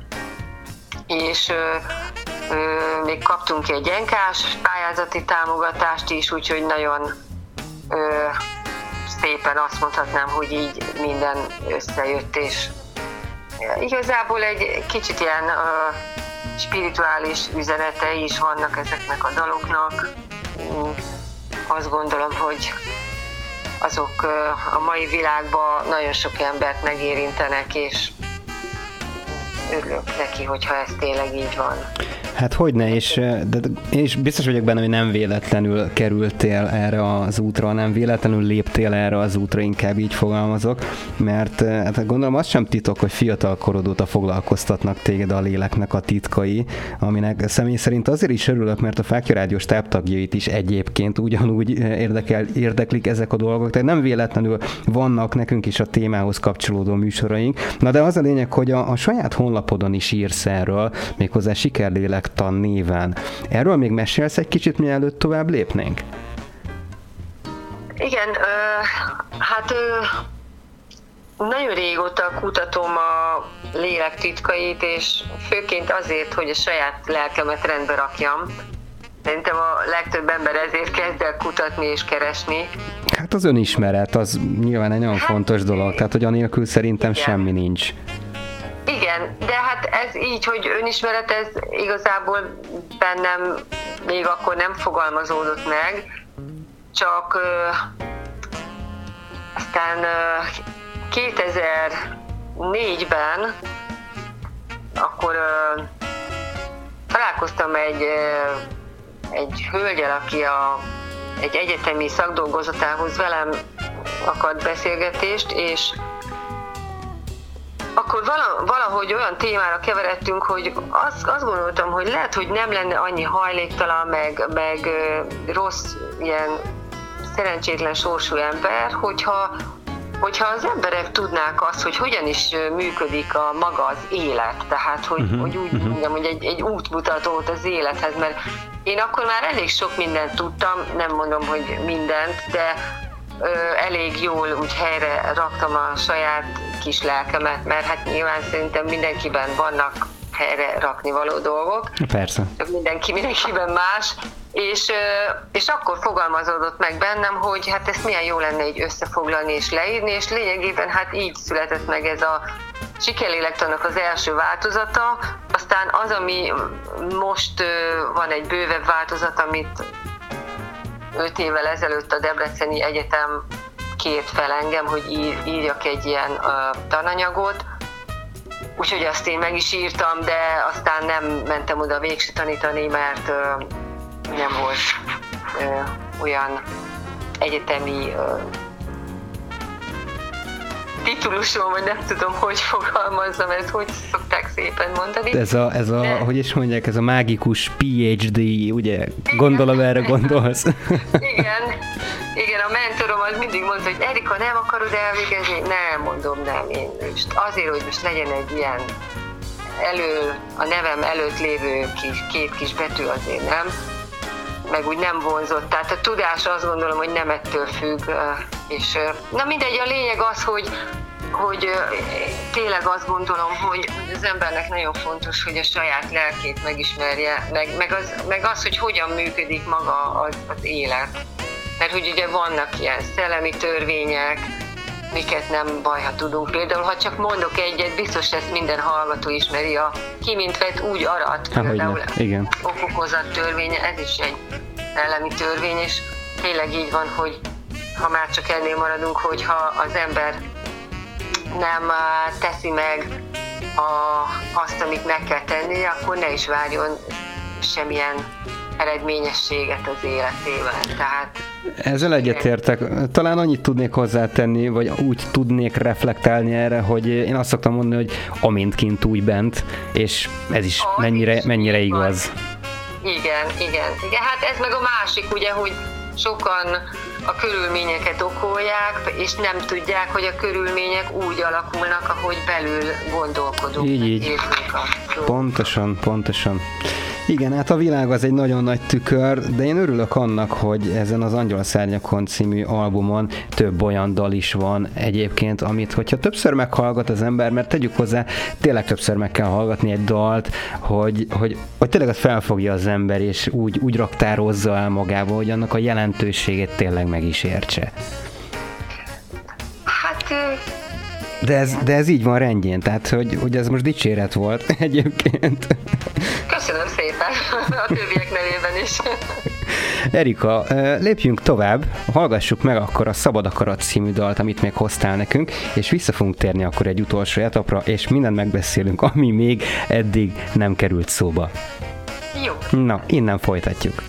és ö, ö, még kaptunk egy enkás pályázati támogatást is, úgyhogy nagyon ö, szépen azt mondhatnám, hogy így minden összejött, és igazából egy kicsit ilyen uh, spirituális üzenetei is vannak ezeknek a daloknak. Mm, azt gondolom, hogy azok uh, a mai világban nagyon sok embert megérintenek, és örülök neki, hogyha ez tényleg így van. Hát hogyne, és, de én is biztos vagyok benne, hogy nem véletlenül kerültél erre az útra, nem véletlenül léptél erre az útra, inkább így fogalmazok, mert hát gondolom az sem titok, hogy fiatal korod óta foglalkoztatnak téged a léleknek a titkai, aminek személy szerint azért is örülök, mert a Fáklya Rádió stábtagjait is egyébként ugyanúgy érdekel, érdeklik ezek a dolgok, tehát nem véletlenül vannak nekünk is a témához kapcsolódó műsoraink. Na de az a lényeg, hogy a, a saját honlapodon is írsz erről, méghozzá Sikerlélektan néven. Erről még mesélsz egy kicsit, mielőtt tovább lépnénk? Igen, ö, hát ö, nagyon régóta kutatom a lélek titkait, és főként azért, hogy a saját lelkemet rendbe rakjam. Szerintem a legtöbb ember ezért kezd el kutatni és keresni. Hát az önismeret, az nyilván egy nagyon hát, fontos dolog, tehát hogy anélkül szerintem igen. semmi nincs. Igen, de hát ez így, hogy önismeret, ez igazából bennem még akkor nem fogalmazódott meg, csak ö, aztán ö, kétezer-négyben akkor ö, találkoztam egy, ö, egy hölgyel, aki a, egy egyetemi szakdolgozatához velem akart beszélgetést, és akkor valahogy olyan témára keveredtünk, hogy azt, azt gondoltam, hogy lehet, hogy nem lenne annyi hajléktalan, meg, meg rossz, ilyen szerencsétlen sorsú ember, hogyha, hogyha az emberek tudnák azt, hogy hogyan is működik a maga az élet. Tehát, hogy, uh-huh, hogy úgy uh-huh. mondjam, hogy egy, egy útmutatót az élethez, mert én akkor már elég sok mindent tudtam, nem mondom, hogy mindent, de ö, elég jól úgy helyre raktam a saját kis lelkemet, mert hát nyilván szerintem mindenkiben vannak helyre rakni való dolgok. Persze. Mindenki, mindenkiben más, és, és akkor fogalmazódott meg bennem, hogy hát ezt milyen jó lenne így összefoglalni és leírni, és lényegében hát így született meg ez a Sikerlélektannak az első változata, aztán az, ami most van egy bővebb változat, amit öt évvel ezelőtt a Debreceni Egyetem kért fel engem, hogy írjak egy ilyen uh, tananyagot, úgyhogy azt én meg is írtam, de aztán nem mentem oda végsi tanítani, mert uh, nem volt uh, olyan egyetemi uh, titulusom, vagy nem tudom, hogy fogalmazzam, ezt hogy szokták szépen mondani. Ez a, ez a de... hogy is mondják, ez a mágikus pé há dé, ugye? Igen. Gondolom, erre gondolsz. Igen. Igen, a mentorom az mindig mondta, hogy Erika, nem akarod elvégezni? Nem, mondom, nem. Én most azért, hogy most legyen egy ilyen elő, a nevem előtt lévő kis, két kis betű, azért nem. Meg úgy nem vonzott. Tehát a tudás azt gondolom, hogy nem ettől függ. És, na mindegy, a lényeg az, hogy, hogy tényleg azt gondolom, hogy az embernek nagyon fontos, hogy a saját lelkét megismerje, meg, meg, az, meg az, hogy hogyan működik maga az, az élet. Mert hogy ugye vannak ilyen szellemi törvények, miket nem baj, ha tudunk. Például, ha csak mondok egyet, biztos ezt minden hallgató ismeri, a ki mint vett, úgy arat. Például okokozat törvénye, ez is egy szellemi törvény, és tényleg így van, hogy ha már csak ennél maradunk, hogyha az ember nem teszi meg a, azt, amit meg kell tennie, akkor ne is várjon semmilyen eredményességet az életében. Tehát, ezzel egyetértek. Talán annyit tudnék hozzátenni, vagy úgy tudnék reflektálni erre, hogy én azt szoktam mondani, hogy amint kint úgy bent, és ez is oh, mennyire, is mennyire igaz. Igen, igen, igen. Hát ez meg a másik, ugye, hogy sokan a körülményeket okolják, és nem tudják, hogy a körülmények úgy alakulnak, ahogy belül gondolkodunk. Így, így. Pontosan, pontosan. Igen, hát a világ az egy nagyon nagy tükör, de én örülök annak, hogy ezen az Angyalszárnyakon című albumon több olyan dal is van egyébként, amit hogyha többször meghallgat az ember, mert tegyük hozzá, tényleg többször meg kell hallgatni egy dalt, hogy, hogy, hogy tényleg azt felfogja az ember, és úgy, úgy raktározza el magába, hogy annak a jelentőségét tényleg meg is értse. Hát De ez, de ez így van rendjén, tehát hogy, hogy ez most dicséret volt egyébként. Köszönöm szépen a többiek nevében is. Erika, lépjünk tovább, hallgassuk meg akkor a Szabad Akarat című dalt, amit még hoztál nekünk, és vissza fogunk térni akkor egy utolsó etapra, és mindent megbeszélünk, ami még eddig nem került szóba. Jó. Na, innen folytatjuk.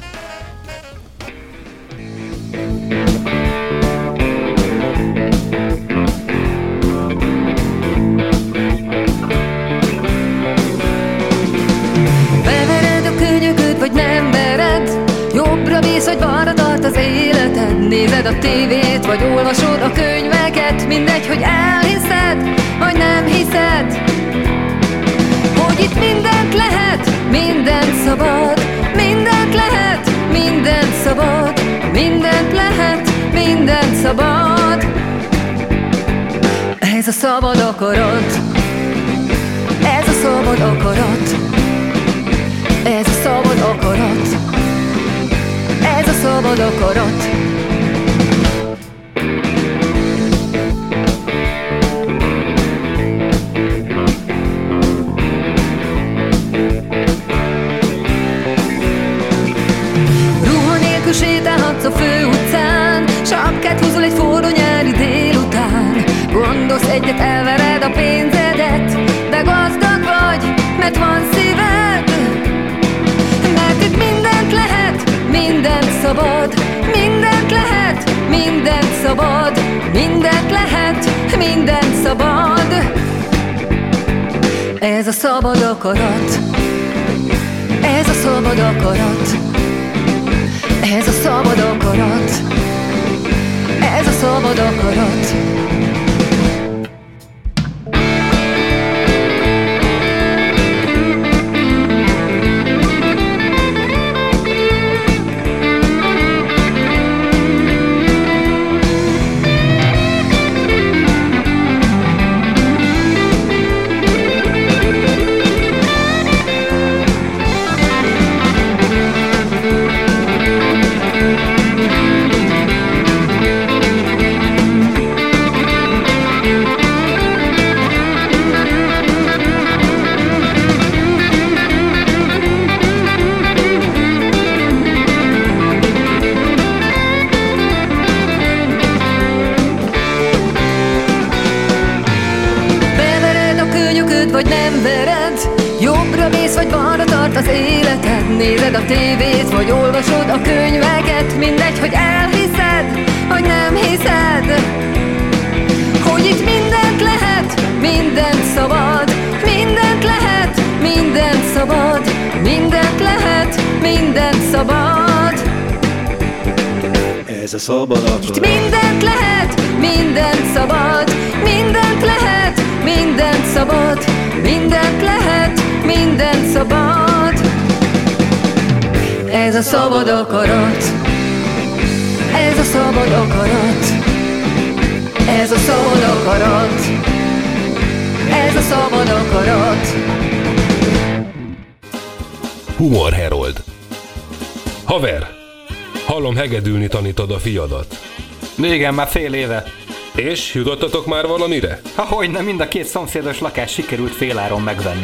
Bevered a könyököd, vagy nem vered? Jobbra mész, vagy balra tart az életed? Nézed a tévét, vagy olvasod a könyveket? Mindegy, hogy elhiszed, vagy nem hiszed, hogy itt mindent lehet, mindent szabad, mindent lehet, mindent szabad, mindent lehet, mindent szabad. Ez a szabad akarat, ez a szabad akarat, ez a szabad akarat, ez a szabad akarat. Ruha nélkül sétálhatsz a főutcán, sapkát húzol egy forró nyári délután. Gondolsz egyet, elvered a pénzedet, de gazdag vagy, mert van szíved. Mert itt mindent lehet, mindent szabad, mindent lehet, mindent szabad, mindent lehet, mindent szabad. Ez a szabad akarat, ez a szabad akarat, ez a szabad akarat, ez a szabad akarat. Vagy nem vered, jobbra mész, vagy balra tart az életed. Nézed a tévét, vagy olvasod a könyveket. Mindegy, hogy elhiszed, vagy nem hiszed, hogy itt mindent lehet, mindent szabad, mindent lehet, mindent szabad, mindent lehet, mindent szabad. Ez a szabad akarat. Itt mindent lehet, mindent szabad, mindent lehet, mindent szabad, mindent lehet, mindent szabad. Ez a szabad akarat, ez a szabad akarat, ez a szabad akarat, ez a szabad akarat. Humor Herold. Haver, hallom, hegedülni tanítod a fiadat. Igen, már fél éve. És jutottatok már valamire? Ha hogyne, mind a két szomszédos lakást sikerült féláron megvenni.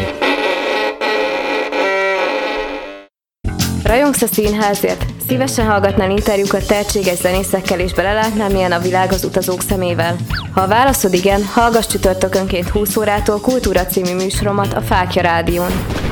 Rajongsz a színházért? Szívesen hallgatnál interjúkat tehetséges zenészekkel és belelátnál, milyen a világ az utazók szemével? Ha a válaszod igen, hallgass csütörtökönként húsz órától Kultúra című műsoromat a Fáklya Rádión.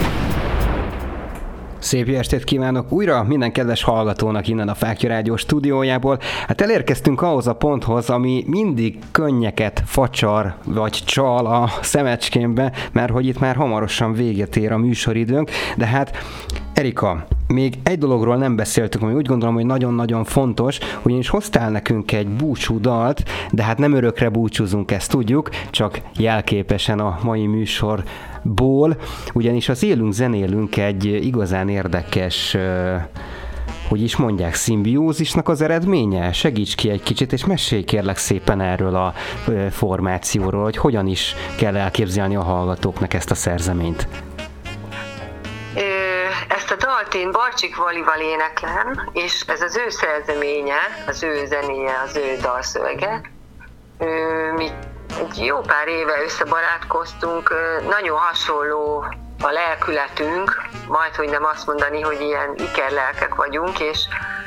Szép jó estét kívánok újra minden kedves hallgatónak innen a Fáklya Rádió stúdiójából. Hát elérkeztünk ahhoz a ponthoz, ami mindig könnyeket facsar vagy csal a szemecskémbe, mert hogy itt már hamarosan véget ér a műsoridőnk, de hát Erika, még egy dologról nem beszéltünk, ami úgy gondolom, hogy nagyon-nagyon fontos, ugyanis hoztál nekünk egy búcsú dalt, de hát nem örökre búcsúzunk, ezt tudjuk, csak jelképesen a mai műsorból, ugyanis az Élünk, zenélünk egy igazán érdekes, hogy is mondják, szimbiózisnak az eredménye? Segíts ki egy kicsit, és mesélj kérlek szépen erről a formációról, hogy hogyan is kell elképzelni a hallgatóknak ezt a szerzeményt. Ezt a dalt én Barcsik Valival éneklem, és ez az ő szerzeménye, az ő zenéje, az ő dalszövege. Mi egy jó pár éve összebarátkoztunk, nagyon hasonló a lelkületünk, majd hogy nem azt mondani, hogy ilyen ikerlelkek vagyunk, és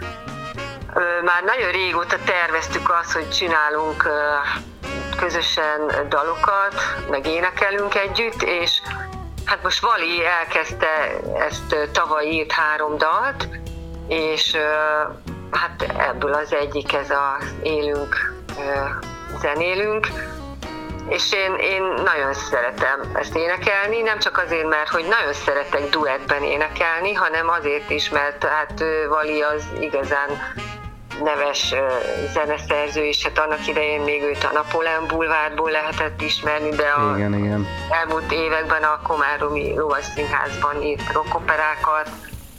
már nagyon régóta terveztük azt, hogy csinálunk közösen dalokat, meg énekelünk együtt, és hát most Vali elkezdte ezt, tavaly írt három dalt, és hát ebből az egyik ez az élünk, zenélünk, és én, én nagyon szeretem ezt énekelni, nem csak azért, mert hogy nagyon szeretek duettben énekelni, hanem azért is, mert hát Vali az igazán neves zeneszerző, és hát annak idején még őt a Napóleon Bulvárból lehetett ismerni, de a igen, igen. elmúlt években a Komáromi Lovasszínházban írt rockoperákat,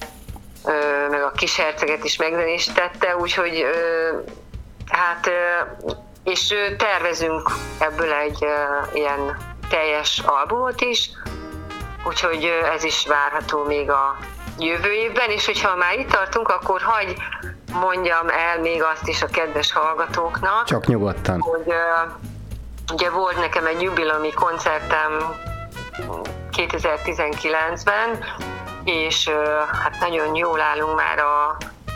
meg a Kisherceget is megzenésítette, úgyhogy hát és tervezünk ebből egy ilyen teljes albumot is, úgyhogy ez is várható még a jövő évben, és hogyha már itt tartunk, akkor hagyj mondjam el még azt is a kedves hallgatóknak. Csak nyugodtan. Hogy uh, ugye volt nekem egy jubileumi koncertem kétezer-tizenkilencben, és uh, hát nagyon jól állunk már a,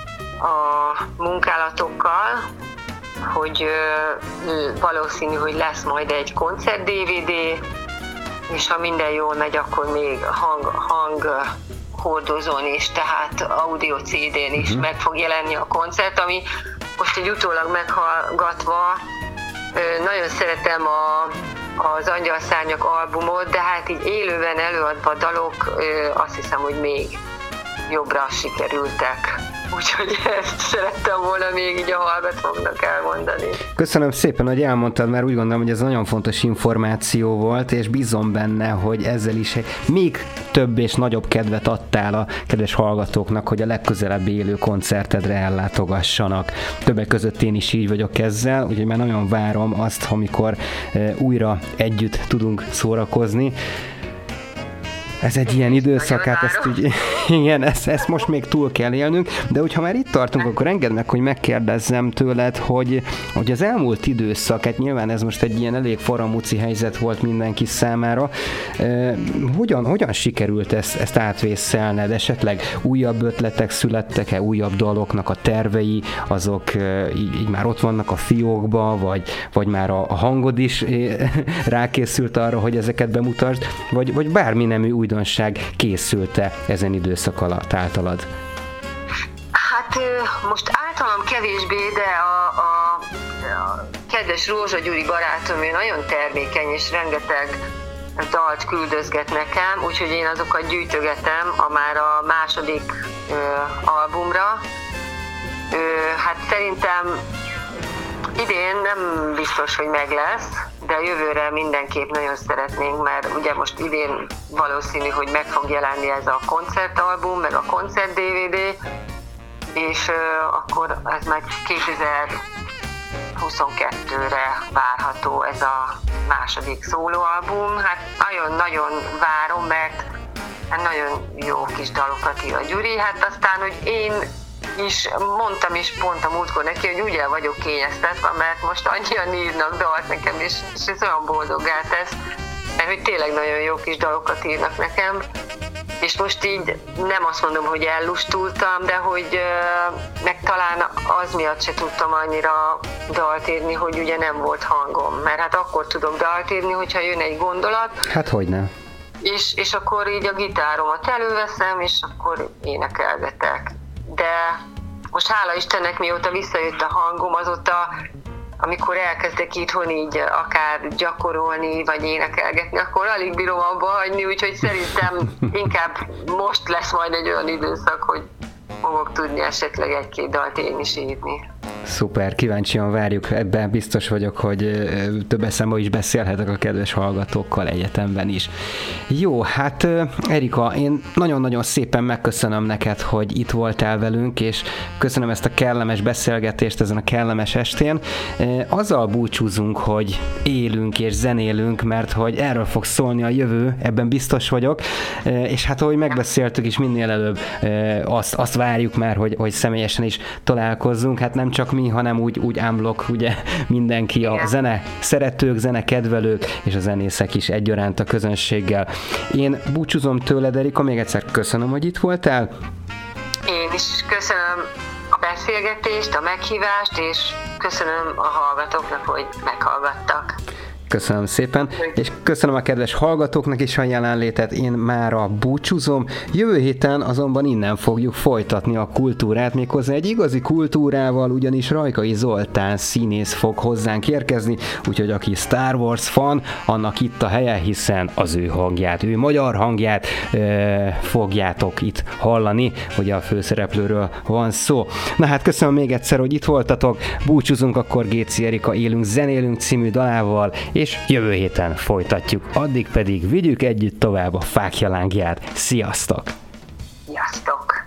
a munkálatokkal, hogy uh, valószínű, hogy lesz majd egy koncert dé vé dé, és ha minden jól megy, akkor még hang, hang hordozón is, tehát audio cé dén is uh-huh. meg fog jelenni a koncert, ami most egy utólag meghallgatva, nagyon szeretem a, az Angyalszárnyak albumot, de hát így élőben előadva a dalok azt hiszem, hogy még jobbra sikerültek. Úgyhogy ezt szerettem volna még így a hallgatóknak elmondani. Köszönöm szépen, hogy elmondtad, mert úgy gondolom, hogy ez nagyon fontos információ volt, és bízom benne, hogy ezzel is még több és nagyobb kedvet adtál a kedves hallgatóknak, hogy a legközelebbi élő koncertedre ellátogassanak. Többek között én is így vagyok ezzel, úgyhogy már nagyon várom azt, amikor újra együtt tudunk szórakozni. Ez egy ilyen időszak, hát ezt így, igen, ezt, ezt most még túl kell élnünk, de hogyha már itt tartunk, akkor engedd meg, hogy megkérdezzem tőled, hogy, hogy az elmúlt időszak, hát nyilván ez most egy ilyen elég faramúci helyzet volt mindenki számára, eh, hogyan, hogyan sikerült ezt, ezt átvészelned? Esetleg újabb ötletek születtek-e, újabb daloknak a tervei, azok eh, így, így már ott vannak a fiókba, vagy, vagy már a, a hangod is eh, rákészült arra, hogy ezeket bemutasd, vagy, vagy bármi nemű új készült-e ezen időszak alatt általad? Hát most általam kevésbé, de a, a, a kedves Rózsa Gyuri barátom, ő nagyon termékeny, és rengeteg dalt küldözget nekem, úgyhogy én azokat gyűjtögetem a már a második ö, albumra. Ö, hát szerintem idén nem biztos, hogy meg lesz, de jövőre mindenképp nagyon szeretnénk, mert ugye most idén valószínű, hogy meg fog jelenni ez a koncertalbum, meg a koncert dé vé dé, és uh, akkor ez meg kétezer-huszonkettőre várható ez a második szólóalbum. Hát nagyon-nagyon várom, mert nagyon jó kis dalokat ír a Gyuri, hát aztán, hogy én is mondtam is pont a múltkor neki, hogy úgy el vagyok kényeztetve, mert most annyian írnak dalt nekem, és, és ez olyan boldoggá tesz, mert hogy tényleg nagyon jó kis dalokat írnak nekem, és most így nem azt mondom, hogy ellustultam, de hogy meg talán az miatt se tudtam annyira dalt írni, hogy ugye nem volt hangom, mert hát akkor tudok dalt írni, hogyha jön egy gondolat. Hát hogyne. És, és akkor így a gitáromat előveszem, és akkor énekelgetek. De most hála Istennek, mióta visszajött a hangom, azóta, amikor elkezdek itthon így akár gyakorolni, vagy énekelgetni, akkor alig bírom abba hagyni, úgyhogy szerintem inkább most lesz majd egy olyan időszak, hogy fogok tudni esetleg egy-két dalt én is írni. Szuper, kíváncsian várjuk, ebben biztos vagyok, hogy több eszembe is beszélhetek a kedves hallgatókkal egyetemben is. Jó, hát Erika, én nagyon-nagyon szépen megköszönöm neked, hogy itt voltál velünk, és köszönöm ezt a kellemes beszélgetést ezen a kellemes estén. Azzal búcsúzunk, hogy élünk és zenélünk, mert hogy erről fog szólni a jövő, ebben biztos vagyok, és hát ahogy megbeszéltük is, minél előbb azt, azt várjuk már, hogy, hogy személyesen is találkozzunk, hát nem csak csak mi, hanem úgy, úgy unblock, ugye mindenki, a zene szeretők, zene kedvelők és a zenészek is egyaránt a közönséggel. Én búcsúzom tőled, Erika, még egyszer köszönöm, hogy itt voltál. Én is köszönöm a beszélgetést, a meghívást, és köszönöm a hallgatóknak, hogy meghallgattak. Köszönöm szépen, és köszönöm a kedves hallgatóknak is a jelenlétet, én mára búcsúzom. Jövő héten azonban innen fogjuk folytatni a kultúrát, méghozzá egy igazi kultúrával, ugyanis Rajkai Zoltán színész fog hozzánk érkezni, úgyhogy aki Star Wars fan, annak itt a helye, hiszen az ő hangját, ő magyar hangját ö, fogjátok itt hallani, hogy a főszereplőről van szó. Na hát köszönöm még egyszer, hogy itt voltatok, búcsúzunk akkor Géci Erika Élünk, zenélünk című dalával, és jövő héten folytatjuk. Addig pedig vigyük együtt tovább a fákja lángját. Sziasztok! Sziasztok!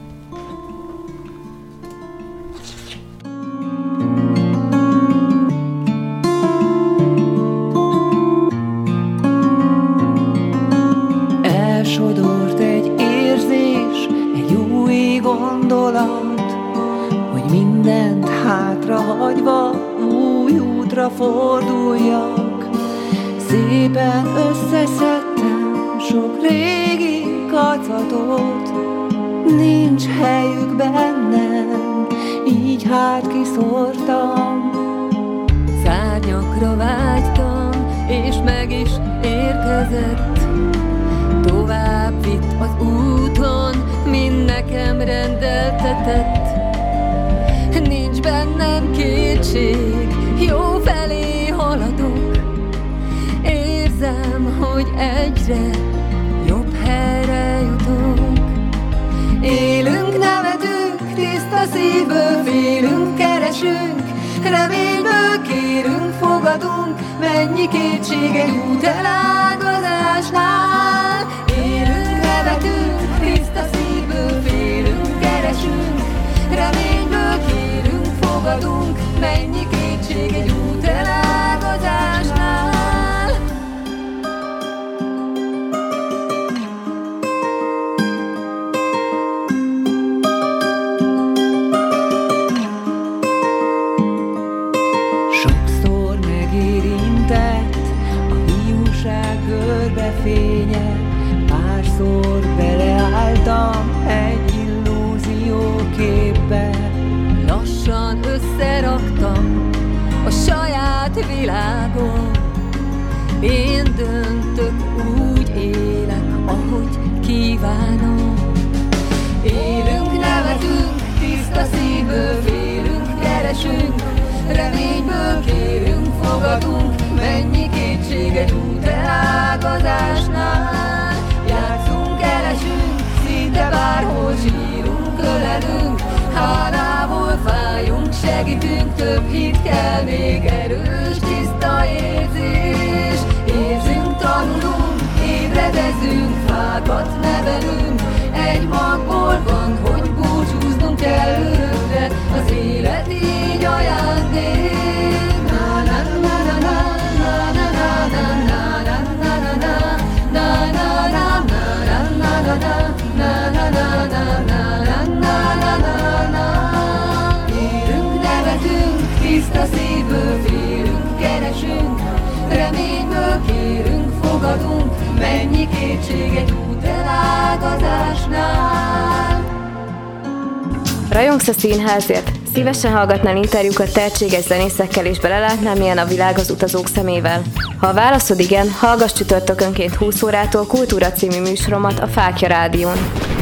Elsodort egy érzés, egy új gondolat, hogy mindent hátrahagyva új útra forduljak. Szépen összeszedtem sok régi kacatot, nincs helyük bennem, így hát kiszórtam. Szárnyakra vágytam, és meg is érkezett. Tovább vitt az úton, mind nekem rendeltetett. Nincs bennem kétség, jó felé haladok. Érzem, hogy egyre jobb helyre jutok. Élünk, nevetünk, tiszta szívből félünk, keresünk, reményből kérünk, fogadunk. Mennyi kétség egy út elágazásnál. Élünk, nevetünk, tiszta szívből félünk, keresünk, reményből kérünk, fogadunk. Mennyi kétség egy út elágazásnál. Sokszor megérintett a hiúság görbefénye, párszor beleálltam egy illúzió képbe. Lassan összeraktam a saját világom. Én döntök, úgy élek, ahogy kívánom. Élünk, nevetünk, tiszta szívből félünk, keresünk, reményből kérünk, fogadunk. Mennyi kétség egy út elágazásnál. Játszunk, elesünk, szinte bárhol sírunk, ölelünk. Hálából fájunk, segítünk, több hit kell, még erős, tiszta érzés. Érzünk, tanulunk, ébredezünk, fákat nevelünk. Egy magból van, hogy búcsúznunk kell örökre, az élet így ajándék. Na na na na na na na na na na na na na na. Élünk, nevetünk, tiszta szívből félünk, keresünk, reményből kérünk, fogadunk. Mennyi kétség egy út elágazásnál. Rajongsz a színházért? Szívesen hallgatnál interjúkat tehetséges zenészekkel és belelátnál, milyen a világ az utazók szemével? Ha a válaszod igen, hallgass csütörtökönként húsz órától Kultúra című műsoromat a Fákja Rádión.